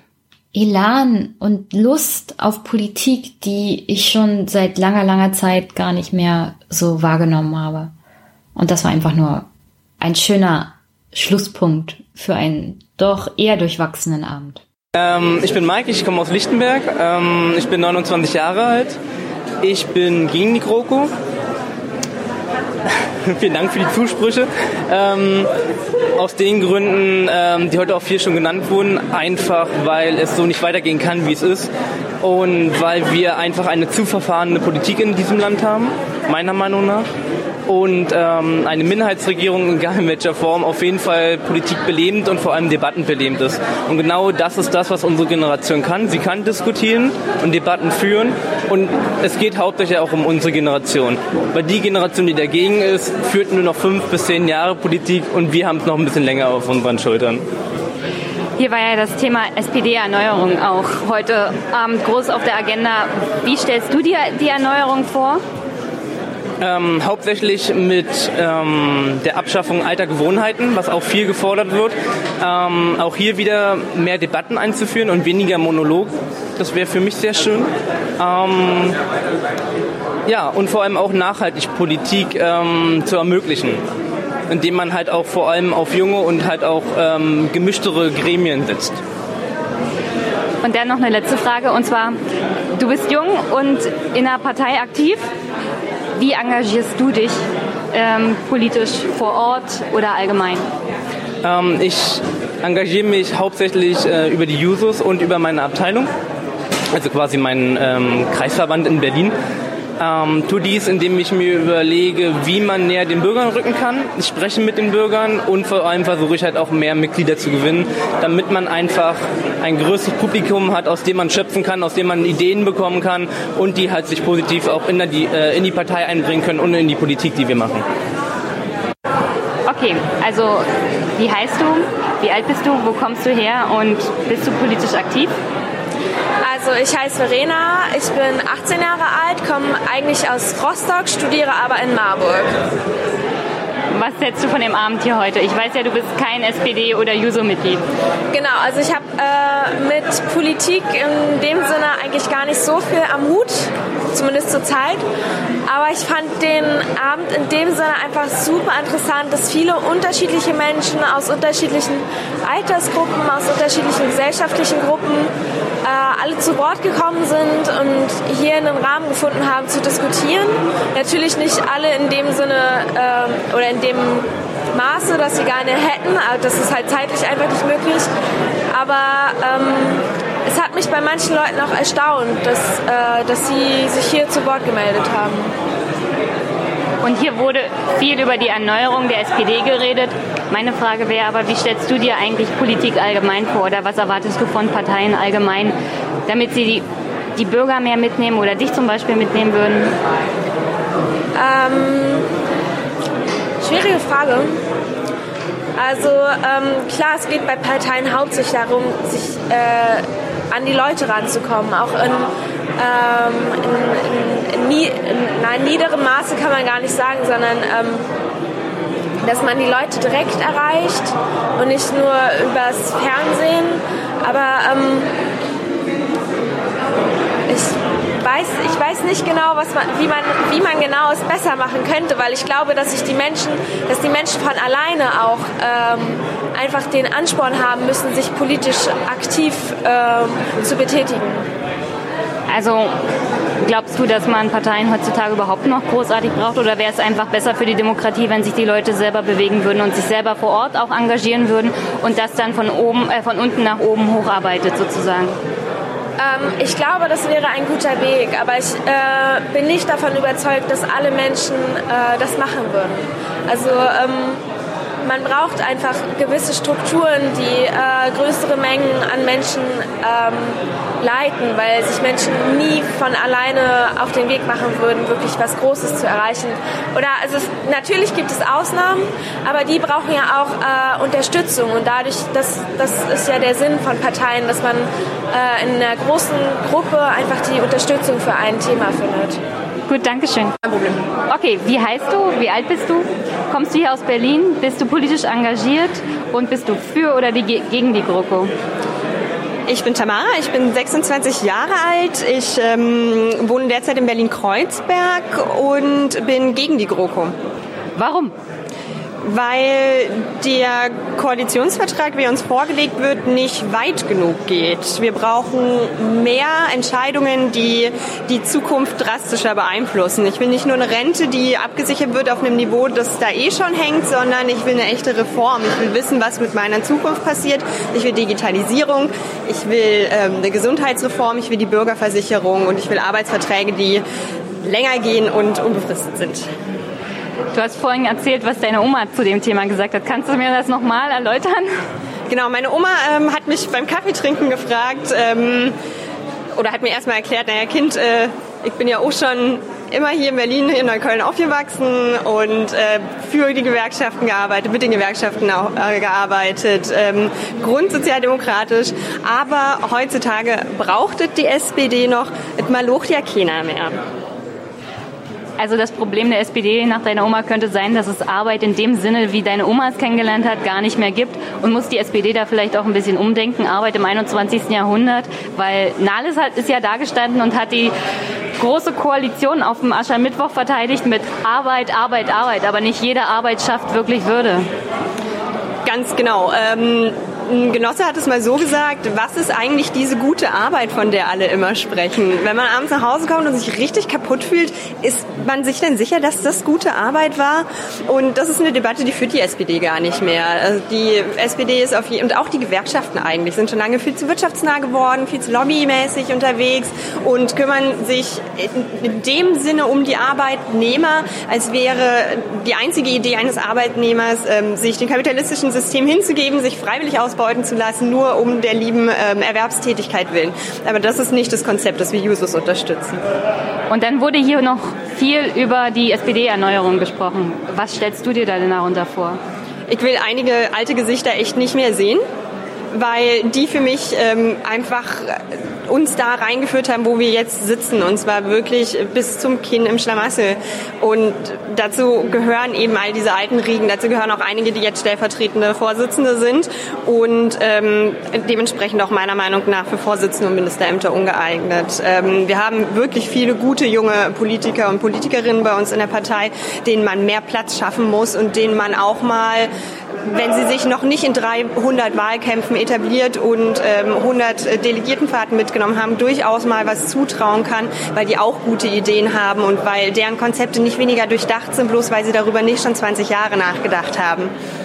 Elan und Lust auf Politik, die ich schon seit langer, langer Zeit gar nicht mehr so wahrgenommen habe. Und das war einfach nur ein schöner Schlusspunkt für einen doch eher durchwachsenen Abend. Ähm, ich bin Mike, ich komme aus Lichtenberg, ähm, ich bin neunundzwanzig Jahre alt, ich bin gegen die GroKo. Vielen Dank für die Zusprüche. Ähm, aus den Gründen, ähm, die heute auch viel schon genannt wurden, einfach weil es so nicht weitergehen kann, wie es ist. und weil wir einfach eine zu verfahrene Politik in diesem Land haben, meiner Meinung nach. Und ähm, eine Minderheitsregierung, egal in welcher Form, auf jeden Fall Politik belebend und vor allem Debatten belebend ist. Und genau das ist das, was unsere Generation kann. Sie kann diskutieren und Debatten führen und es geht hauptsächlich auch um unsere Generation. Weil die Generation, die dagegen ist, führt nur noch fünf bis zehn Jahre Politik und wir haben es noch ein bisschen länger auf unseren Schultern. Hier war ja das Thema S P D-Erneuerung auch heute Abend groß auf der Agenda. Wie stellst du dir die Erneuerung vor? Ähm, hauptsächlich mit ähm, der Abschaffung alter Gewohnheiten, was auch viel gefordert wird. Ähm, auch hier wieder mehr Debatten einzuführen und weniger Monolog. Das wäre für mich sehr schön. Ähm, ja, und vor allem auch nachhaltig Politik ähm, zu ermöglichen, indem man halt auch vor allem auf junge und halt auch ähm, gemischtere Gremien setzt. Und dann noch eine letzte Frage, und zwar, du bist jung und in einer Partei aktiv. Wie engagierst du dich ähm, politisch vor Ort oder allgemein? Ähm, ich engagiere mich hauptsächlich äh, über die Jusos und über meine Abteilung, also quasi meinen ähm, Kreisverband in Berlin. Ähm, tue dies, indem ich mir überlege, wie man näher den Bürgern rücken kann. Ich spreche mit den Bürgern und vor allem versuche ich halt auch mehr Mitglieder zu gewinnen, damit man einfach ein größeres Publikum hat, aus dem man schöpfen kann, aus dem man Ideen bekommen kann und die halt sich positiv auch in die, äh, in die Partei einbringen können und in die Politik, die wir machen. Okay, also wie heißt du, wie alt bist du, wo kommst du her und bist du politisch aktiv? Also ich heiße Verena, ich bin achtzehn Jahre alt, komme eigentlich aus Rostock, studiere aber in Marburg. Was hältst du von dem Abend hier heute? Ich weiß ja, du bist kein S P D- oder Juso-Mitglied. Genau, also ich habe äh, mit Politik in dem Sinne eigentlich gar nicht so viel am Hut, zumindest zur Zeit. Aber ich fand den Abend in dem Sinne einfach super interessant, dass viele unterschiedliche Menschen aus unterschiedlichen Altersgruppen, aus unterschiedlichen gesellschaftlichen Gruppen äh, alle zu Wort gekommen sind und hier einen Rahmen gefunden haben zu diskutieren. Natürlich nicht alle in dem Sinne äh, oder in dem Maße, dass sie gerne hätten. Also das ist halt zeitlich einfach nicht möglich. Aber ähm, es hat mich bei manchen Leuten auch erstaunt, dass, äh, dass sie sich hier zu Wort gemeldet haben. Und hier wurde viel über die Erneuerung der S P D geredet. Meine Frage wäre aber, wie stellst du dir eigentlich Politik allgemein vor oder was erwartest du von Parteien allgemein, damit sie die, die Bürger mehr mitnehmen oder dich zum Beispiel mitnehmen würden? Ähm, schwierige Frage. Also ähm, klar, es geht bei Parteien hauptsächlich darum, sich äh, an die Leute ranzukommen, auch in Ähm, in, in, in, in, nein, niederem Maße kann man gar nicht sagen, sondern ähm, dass man die Leute direkt erreicht und nicht nur übers Fernsehen. Aber ähm, ich weiß, ich weiß nicht genau, was man, wie man, wie man genau es besser machen könnte, weil ich glaube, dass sich die Menschen, dass die Menschen von alleine auch ähm, einfach den Ansporn haben müssen, sich politisch aktiv ähm, zu betätigen. Also glaubst du, dass man Parteien heutzutage überhaupt noch großartig braucht oder wäre es einfach besser für die Demokratie, wenn sich die Leute selber bewegen würden und sich selber vor Ort auch engagieren würden und das dann von oben, äh, von unten nach oben hocharbeitet sozusagen? Ähm, ich glaube, das wäre ein guter Weg, aber ich äh, bin nicht davon überzeugt, dass alle Menschen äh, das machen würden. Also ähm, man braucht einfach gewisse Strukturen, die äh, größere Mengen an Menschen ähm, leiten, weil sich Menschen nie von alleine auf den Weg machen würden, wirklich was Großes zu erreichen. Oder also es, natürlich gibt es Ausnahmen, aber die brauchen ja auch äh, Unterstützung und dadurch, das, das ist ja der Sinn von Parteien, dass man äh, in einer großen Gruppe einfach die Unterstützung für ein Thema findet. Gut, danke schön. Kein Problem. Okay, wie heißt du? Wie alt bist du? Kommst du hier aus Berlin? Bist du politisch engagiert? Und bist du für oder die, gegen die GroKo? Ich bin Tamara, ich bin sechsundzwanzig Jahre alt. Ich ähm, wohne derzeit in Berlin-Kreuzberg und bin gegen die GroKo. Warum? weil der Koalitionsvertrag, wie er uns vorgelegt wird, nicht weit genug geht. Wir brauchen mehr Entscheidungen, die die Zukunft drastischer beeinflussen. Ich will nicht nur eine Rente, die abgesichert wird auf einem Niveau, das da eh schon hängt, sondern ich will eine echte Reform. Ich will wissen, was mit meiner Zukunft passiert. Ich will Digitalisierung, ich will ähm, eine Gesundheitsreform, ich will die Bürgerversicherung und ich will Arbeitsverträge, die länger gehen und unbefristet sind. Du hast vorhin erzählt, was deine Oma zu dem Thema gesagt hat. Kannst du mir das nochmal erläutern? Genau, meine Oma ähm, hat mich beim Kaffeetrinken gefragt ähm, oder hat mir erstmal erklärt, naja Kind, äh, ich bin ja auch schon immer hier in Berlin, in Neukölln aufgewachsen und äh, für die Gewerkschaften gearbeitet, mit den Gewerkschaften auch, äh, gearbeitet, ähm, grundsozialdemokratisch. Aber heutzutage braucht es die S P D noch, es malocht ja keiner mehr. Also das Problem der S P D nach deiner Oma könnte sein, dass es Arbeit in dem Sinne, wie deine Oma es kennengelernt hat, gar nicht mehr gibt. Und muss die S P D da vielleicht auch ein bisschen umdenken, Arbeit im einundzwanzigsten Jahrhundert? Weil Nahles hat, ist ja da gestanden und hat die große Koalition auf dem Aschermittwoch verteidigt mit Arbeit, Arbeit, Arbeit. Aber nicht jede Arbeit schafft wirklich Würde. Ganz genau. Ähm Ein Genosse hat es mal so gesagt, was ist eigentlich diese gute Arbeit, von der alle immer sprechen? Wenn man abends nach Hause kommt und sich richtig kaputt fühlt, ist man sich denn sicher, dass das gute Arbeit war? Und das ist eine Debatte, die führt die S P D gar nicht mehr. Also die S P D ist auf je- und auch die Gewerkschaften eigentlich sind schon lange viel zu wirtschaftsnah geworden, viel zu lobbymäßig unterwegs und kümmern sich in dem Sinne um die Arbeitnehmer, als wäre die einzige Idee eines Arbeitnehmers, ähm, sich dem kapitalistischen System hinzugeben, sich freiwillig ausbeuten zu lassen, nur um der lieben ähm, Erwerbstätigkeit willen. Aber das ist nicht das Konzept, das wir Jusos unterstützen. Und dann wurde hier noch viel über die S P D-Erneuerung gesprochen. Was stellst du dir da denn darunter vor? Ich will einige alte Gesichter echt nicht mehr sehen, weil die für mich ähm, einfach uns da reingeführt haben, wo wir jetzt sitzen, und zwar wirklich bis zum Kinn im Schlamassel. Und dazu gehören eben all diese alten Riegen, dazu gehören auch einige, die jetzt stellvertretende Vorsitzende sind und ähm, dementsprechend auch meiner Meinung nach für Vorsitzende und Ministerämter ungeeignet. Ähm, wir haben wirklich viele gute junge Politiker und Politikerinnen bei uns in der Partei, denen man mehr Platz schaffen muss und denen man auch mal, wenn sie sich noch nicht in dreihundert Wahlkämpfen etabliert und ähm, hundert Delegiertenfahrten mitgenommen haben, durchaus mal was zutrauen kann, weil die auch gute Ideen haben und weil deren Konzepte nicht weniger durchdacht sind, bloß weil sie darüber nicht schon zwanzig Jahre nachgedacht haben.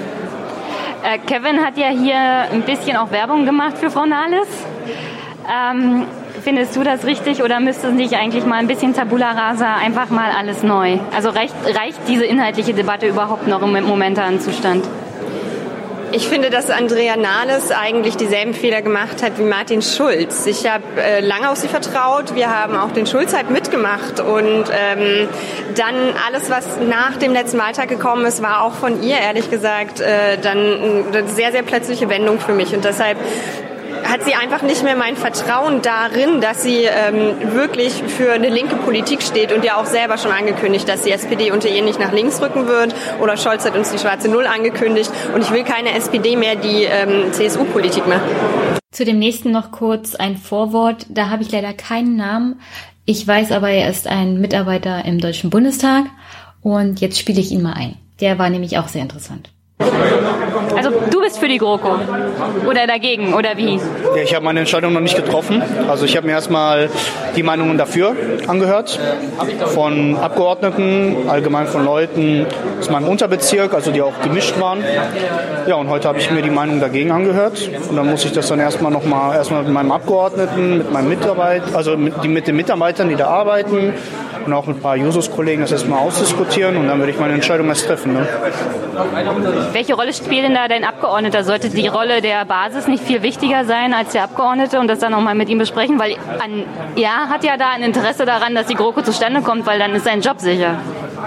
Äh, Kevin hat ja hier ein bisschen auch Werbung gemacht für Frau Nahles. Ähm, findest du das richtig oder müsste nicht eigentlich mal ein bisschen Tabula Rasa, einfach mal alles neu? Also reicht, reicht diese inhaltliche Debatte überhaupt noch im momentanen Zustand? Ich finde, dass Andrea Nahles eigentlich dieselben Fehler gemacht hat wie Martin Schulz. Ich habe äh, lange auf sie vertraut. Wir haben auch den Schulz-Hype mitgemacht. Und ähm, dann alles, was nach dem letzten Wahltag gekommen ist, war auch von ihr, ehrlich gesagt, äh, dann eine sehr, sehr plötzliche Wendung für mich. Und deshalb hat sie einfach nicht mehr mein Vertrauen darin, dass sie ähm, wirklich für eine linke Politik steht und ja auch selber schon angekündigt, dass die S P D unter ihr nicht nach links rücken wird. Oder Scholz hat uns die schwarze Null angekündigt. Und ich will keine S P D mehr, die ähm, C S U-Politik macht. Zu dem nächsten noch kurz ein Vorwort. Da habe ich leider keinen Namen. Ich weiß aber, er ist ein Mitarbeiter im Deutschen Bundestag. Und jetzt spiele ich ihn mal ein. Der war nämlich auch sehr interessant. Also du bist für die GroKo oder dagegen oder wie? Ja, ich habe meine Entscheidung noch nicht getroffen. Also ich habe mir erstmal die Meinungen dafür angehört von Abgeordneten, allgemein von Leuten aus meinem Unterbezirk, also die auch gemischt waren. Ja, und heute habe ich mir die Meinung dagegen angehört und dann muss ich das dann erstmal noch mal erstmal mit meinem Abgeordneten, mit meinem Mitarbeiter, also mit, die, mit den Mitarbeitern, die da arbeiten und auch mit ein paar Jusos-Kollegen das erstmal ausdiskutieren und dann würde ich meine Entscheidung erst treffen. Ne? Welche Rolle spielt denn da dein Abgeordneter? Sollte die Rolle der Basis nicht viel wichtiger sein als der Abgeordnete und das dann nochmal mit ihm besprechen? Weil an, er hat ja da ein Interesse daran, dass die GroKo zustande kommt, weil dann ist sein Job sicher.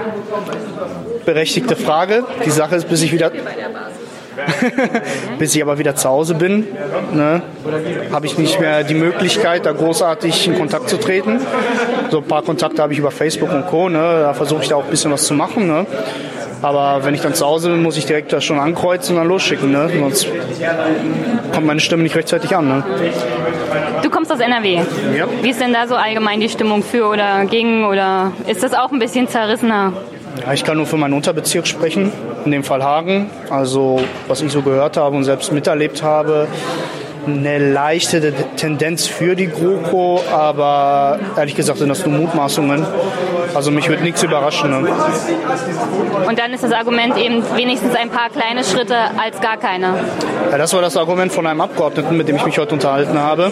Berechtigte Frage. Die Sache ist, bis ich wieder... bis ich aber wieder zu Hause bin, ne, habe ich nicht mehr die Möglichkeit, da großartig in Kontakt zu treten. So ein paar Kontakte habe ich über Facebook und Co. Ne, da versuche ich da auch ein bisschen was zu machen. Ne. Aber wenn ich dann zu Hause bin, muss ich direkt das schon ankreuzen und dann losschicken. Ne? Sonst kommt meine Stimme nicht rechtzeitig an. Ne? Du kommst aus N R W. Ja. Wie ist denn da so allgemein die Stimmung für oder gegen? Oder ist das auch ein bisschen zerrissener? Ja, ich kann nur für meinen Unterbezirk sprechen, in dem Fall Hagen. Also was ich so gehört habe und selbst miterlebt habe, eine leichte Tendenz für die GroKo, aber ehrlich gesagt sind das nur Mutmaßungen. Also mich wird nichts überraschen. Ne? Und dann ist das Argument eben wenigstens ein paar kleine Schritte als gar keine. Ja, das war das Argument von einem Abgeordneten, mit dem ich mich heute unterhalten habe.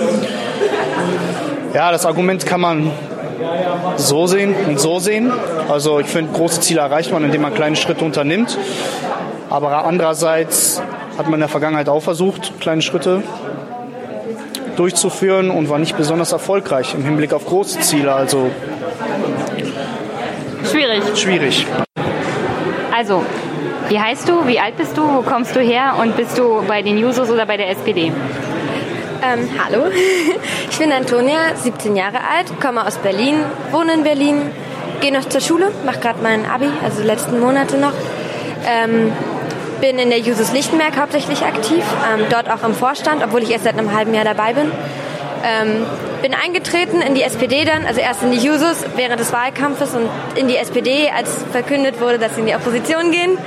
Ja, das Argument kann man so sehen und so sehen. Also ich finde, große Ziele erreicht man, indem man kleine Schritte unternimmt. Aber andererseits hat man in der Vergangenheit auch versucht, kleine Schritte durchzuführen und war nicht besonders erfolgreich im Hinblick auf große Ziele. Also schwierig. Schwierig. Also, wie heißt du, wie alt bist du, wo kommst du her und bist du bei den Jusos oder bei der S P D? Ähm, hallo, ich bin Antonia, siebzehn Jahre alt, komme aus Berlin, wohne in Berlin, gehe noch zur Schule, mache gerade mein Abi, also die letzten Monate noch. Ähm, bin in der Jusos Lichtenberg hauptsächlich aktiv, ähm, dort auch im Vorstand, obwohl ich erst seit einem halben Jahr dabei bin. Ähm, bin eingetreten in die S P D dann, also erst in die Jusos während des Wahlkampfes und in die S P D, als verkündet wurde, dass sie in die Opposition gehen.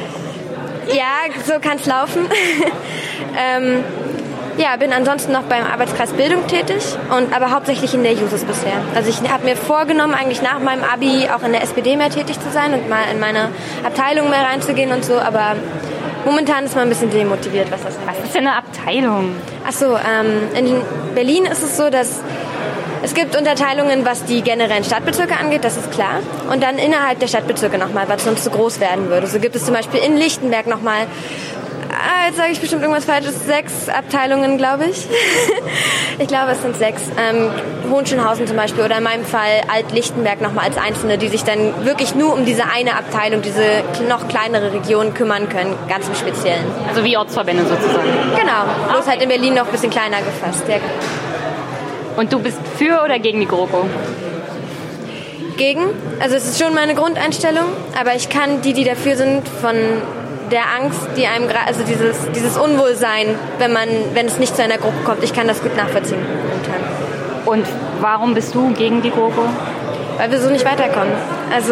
Ja, so kann es laufen. ähm, ja, bin ansonsten noch beim Arbeitskreis Bildung tätig, und aber hauptsächlich in der Jusos bisher. Also ich habe mir vorgenommen, eigentlich nach meinem Abi auch in der S P D mehr tätig zu sein und mal in meine Abteilung mehr reinzugehen und so, aber momentan ist man ein bisschen demotiviert, was das heißt. Was ist denn eine Abteilung? Achso, ähm, in Berlin ist es so, dass es gibt Unterteilungen, was die generellen Stadtbezirke angeht, das ist klar. Und dann innerhalb der Stadtbezirke nochmal, was sonst zu groß werden würde. So gibt es zum Beispiel in Lichtenberg nochmal, ah, jetzt sage ich bestimmt irgendwas Falsches, sechs Abteilungen, glaube ich. Ich glaube, es sind sechs. Ähm, Hohenschönhausen zum Beispiel oder in meinem Fall Alt-Lichtenberg nochmal als einzelne, die sich dann wirklich nur um diese eine Abteilung, diese noch kleinere Region kümmern können, ganz im Speziellen. Also wie Ortsverbände sozusagen? Genau, bloß okay. Halt in Berlin noch ein bisschen kleiner gefasst. Ja. Und du bist für oder gegen die GroKo? Gegen. Also es ist schon meine Grundeinstellung, aber ich kann die, die dafür sind, von der Angst, die einem gerade, also dieses, dieses Unwohlsein, wenn man, wenn es nicht zu einer GroKo kommt, ich kann das gut nachvollziehen. Und warum bist du gegen die GroKo? Weil wir so nicht weiterkommen. Also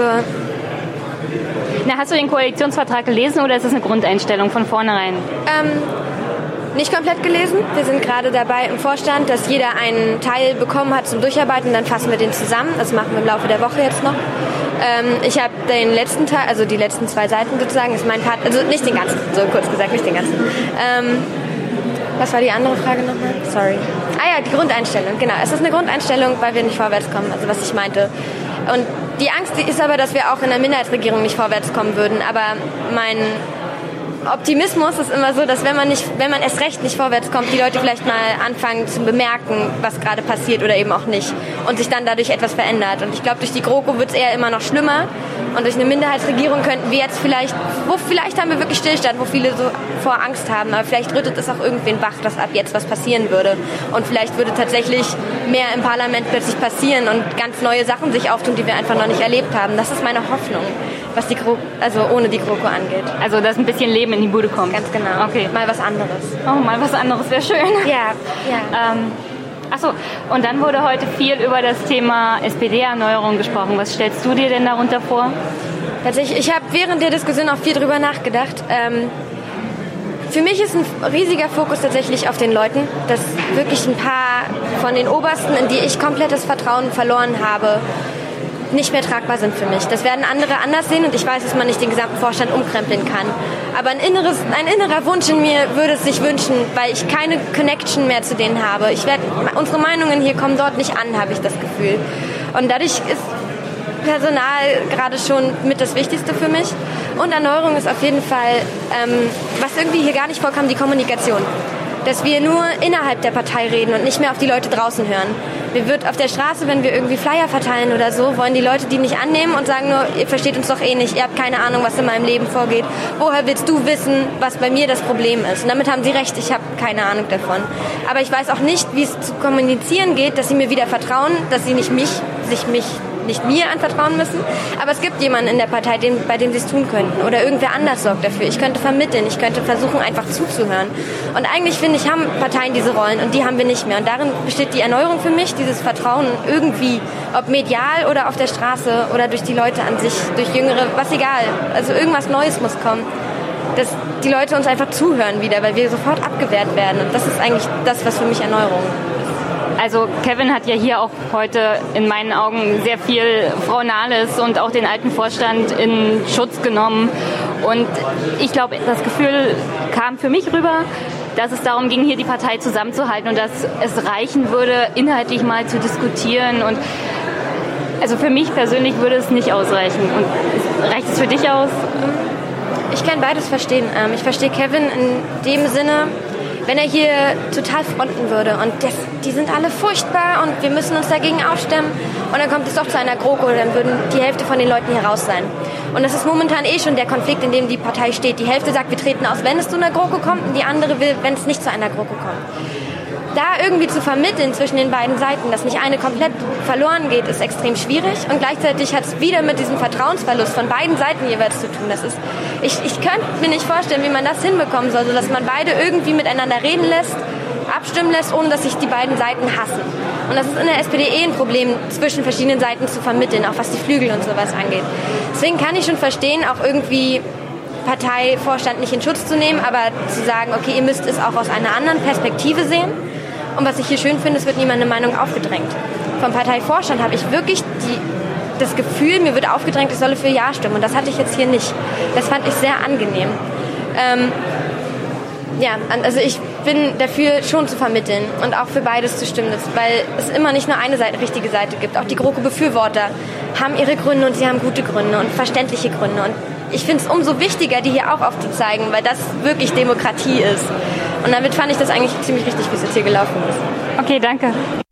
Na, hast du den Koalitionsvertrag gelesen oder ist das eine Grundeinstellung von vornherein? Ähm, nicht komplett gelesen. Wir sind gerade dabei im Vorstand, dass jeder einen Teil bekommen hat zum Durcharbeiten. Dann fassen wir den zusammen. Das machen wir im Laufe der Woche jetzt noch. Ähm, ich habe den letzten Teil, also die letzten zwei Seiten sozusagen, ist mein Part, also nicht den ganzen, so kurz gesagt, nicht den ganzen. Ähm, was war die andere Frage nochmal? Sorry. Ah ja, die Grundeinstellung, genau. Es ist eine Grundeinstellung, weil wir nicht vorwärts kommen, also was ich meinte. Und die Angst ist aber, dass wir auch in der Minderheitsregierung nicht vorwärts kommen würden. Aber mein Optimismus ist immer so, dass wenn man nicht, wenn man erst recht nicht vorwärts kommt, die Leute vielleicht mal anfangen zu bemerken, was gerade passiert oder eben auch nicht, und sich dann dadurch etwas verändert. Und ich glaube, durch die GroKo wird es eher immer noch schlimmer, und durch eine Minderheitsregierung könnten wir jetzt vielleicht, wo vielleicht haben wir wirklich Stillstand, wo viele so vor Angst haben, aber vielleicht rüttet es auch irgendwen wach, dass ab jetzt was passieren würde, und vielleicht würde tatsächlich mehr im Parlament plötzlich passieren und ganz neue Sachen sich auftun, die wir einfach noch nicht erlebt haben. Das ist meine Hoffnung, was die GroKo, also ohne die GroKo angeht. Also dass ein bisschen Leben in die Bude kommt. Ganz genau. Okay. Mal was anderes. Oh, mal was anderes wäre schön. Ja, ja. Ähm, achso, und dann wurde heute viel über das Thema S P D-Erneuerung gesprochen. Was stellst du dir denn darunter vor? Tatsächlich, ich habe während der Diskussion auch viel drüber nachgedacht. Ähm, für mich ist ein riesiger Fokus tatsächlich auf den Leuten, dass wirklich ein paar von den Obersten, in die ich komplettes Vertrauen verloren habe, nicht mehr tragbar sind für mich. Das werden andere anders sehen, und ich weiß, dass man nicht den gesamten Vorstand umkrempeln kann. Aber ein, inneres, ein innerer Wunsch in mir würde es sich wünschen, weil ich keine Connection mehr zu denen habe. Ich werd, unsere Meinungen hier kommen dort nicht an, habe ich das Gefühl. Und dadurch ist Personal gerade schon mit das Wichtigste für mich. Und Erneuerung ist auf jeden Fall, ähm, was irgendwie hier gar nicht vorkam, die Kommunikation. Dass wir nur innerhalb der Partei reden und nicht mehr auf die Leute draußen hören. Wir wird auf der Straße, wenn wir irgendwie Flyer verteilen oder so, wollen die Leute die nicht annehmen und sagen nur, ihr versteht uns doch eh nicht, ihr habt keine Ahnung, was in meinem Leben vorgeht. Woher willst du wissen, was bei mir das Problem ist? Und damit haben sie recht, ich habe keine Ahnung davon. Aber ich weiß auch nicht, wie es zu kommunizieren geht, dass sie mir wieder vertrauen, dass sie nicht mich, sich mich nicht mir anvertrauen müssen, aber es gibt jemanden in der Partei, den, bei dem sie es tun könnten. Oder irgendwer anders sorgt dafür. Ich könnte vermitteln, ich könnte versuchen, einfach zuzuhören. Und eigentlich, finde ich, haben Parteien diese Rollen und die haben wir nicht mehr. Und darin besteht die Erneuerung für mich, dieses Vertrauen irgendwie, ob medial oder auf der Straße oder durch die Leute an sich, durch Jüngere, was egal. Also irgendwas Neues muss kommen, dass die Leute uns einfach zuhören wieder, weil wir sofort abgewehrt werden. Und das ist eigentlich das, was für mich Erneuerung ist. Also Kevin hat ja hier auch heute in meinen Augen sehr viel Frau Nahles und auch den alten Vorstand in Schutz genommen. Und ich glaube, das Gefühl kam für mich rüber, dass es darum ging, hier die Partei zusammenzuhalten und dass es reichen würde, inhaltlich mal zu diskutieren. Und also für mich persönlich würde es nicht ausreichen. Und reicht es für dich aus? Ich kann beides verstehen. Ich verstehe Kevin in dem Sinne, wenn er hier total fronten würde und das, die sind alle furchtbar und wir müssen uns dagegen aufstemmen und dann kommt es doch zu einer GroKo, dann würden die Hälfte von den Leuten hier raus sein. Und das ist momentan eh schon der Konflikt, in dem die Partei steht. Die Hälfte sagt, wir treten aus, wenn es zu einer GroKo kommt, und die andere will, wenn es nicht zu einer GroKo kommt. Da irgendwie zu vermitteln zwischen den beiden Seiten, dass nicht eine komplett verloren geht, ist extrem schwierig. Und gleichzeitig hat es wieder mit diesem Vertrauensverlust von beiden Seiten jeweils zu tun. Das ist, ich, ich könnte mir nicht vorstellen, wie man das hinbekommen soll, dass man beide irgendwie miteinander reden lässt, abstimmen lässt, ohne dass sich die beiden Seiten hassen. Und das ist in der S P D eh ein Problem, zwischen verschiedenen Seiten zu vermitteln, auch was die Flügel und sowas angeht. Deswegen kann ich schon verstehen, auch irgendwie Parteivorstand nicht in Schutz zu nehmen, aber zu sagen, okay, ihr müsst es auch aus einer anderen Perspektive sehen. Und was ich hier schön finde, es wird niemand eine Meinung aufgedrängt. Vom Parteivorstand habe ich wirklich die, das Gefühl, mir wird aufgedrängt, ich solle für Ja stimmen. Und das hatte ich jetzt hier nicht. Das fand ich sehr angenehm. Ähm, ja, also ich bin dafür, schon zu vermitteln und auch für beides zu stimmen, weil es immer nicht nur eine Seite, richtige Seite gibt. Auch die GroKo-Befürworter haben ihre Gründe und sie haben gute Gründe und verständliche Gründe. Und ich finde es umso wichtiger, die hier auch aufzuzeigen, weil das wirklich Demokratie ist. Und damit fand ich das eigentlich ziemlich richtig, wie es jetzt hier gelaufen ist. Okay, danke.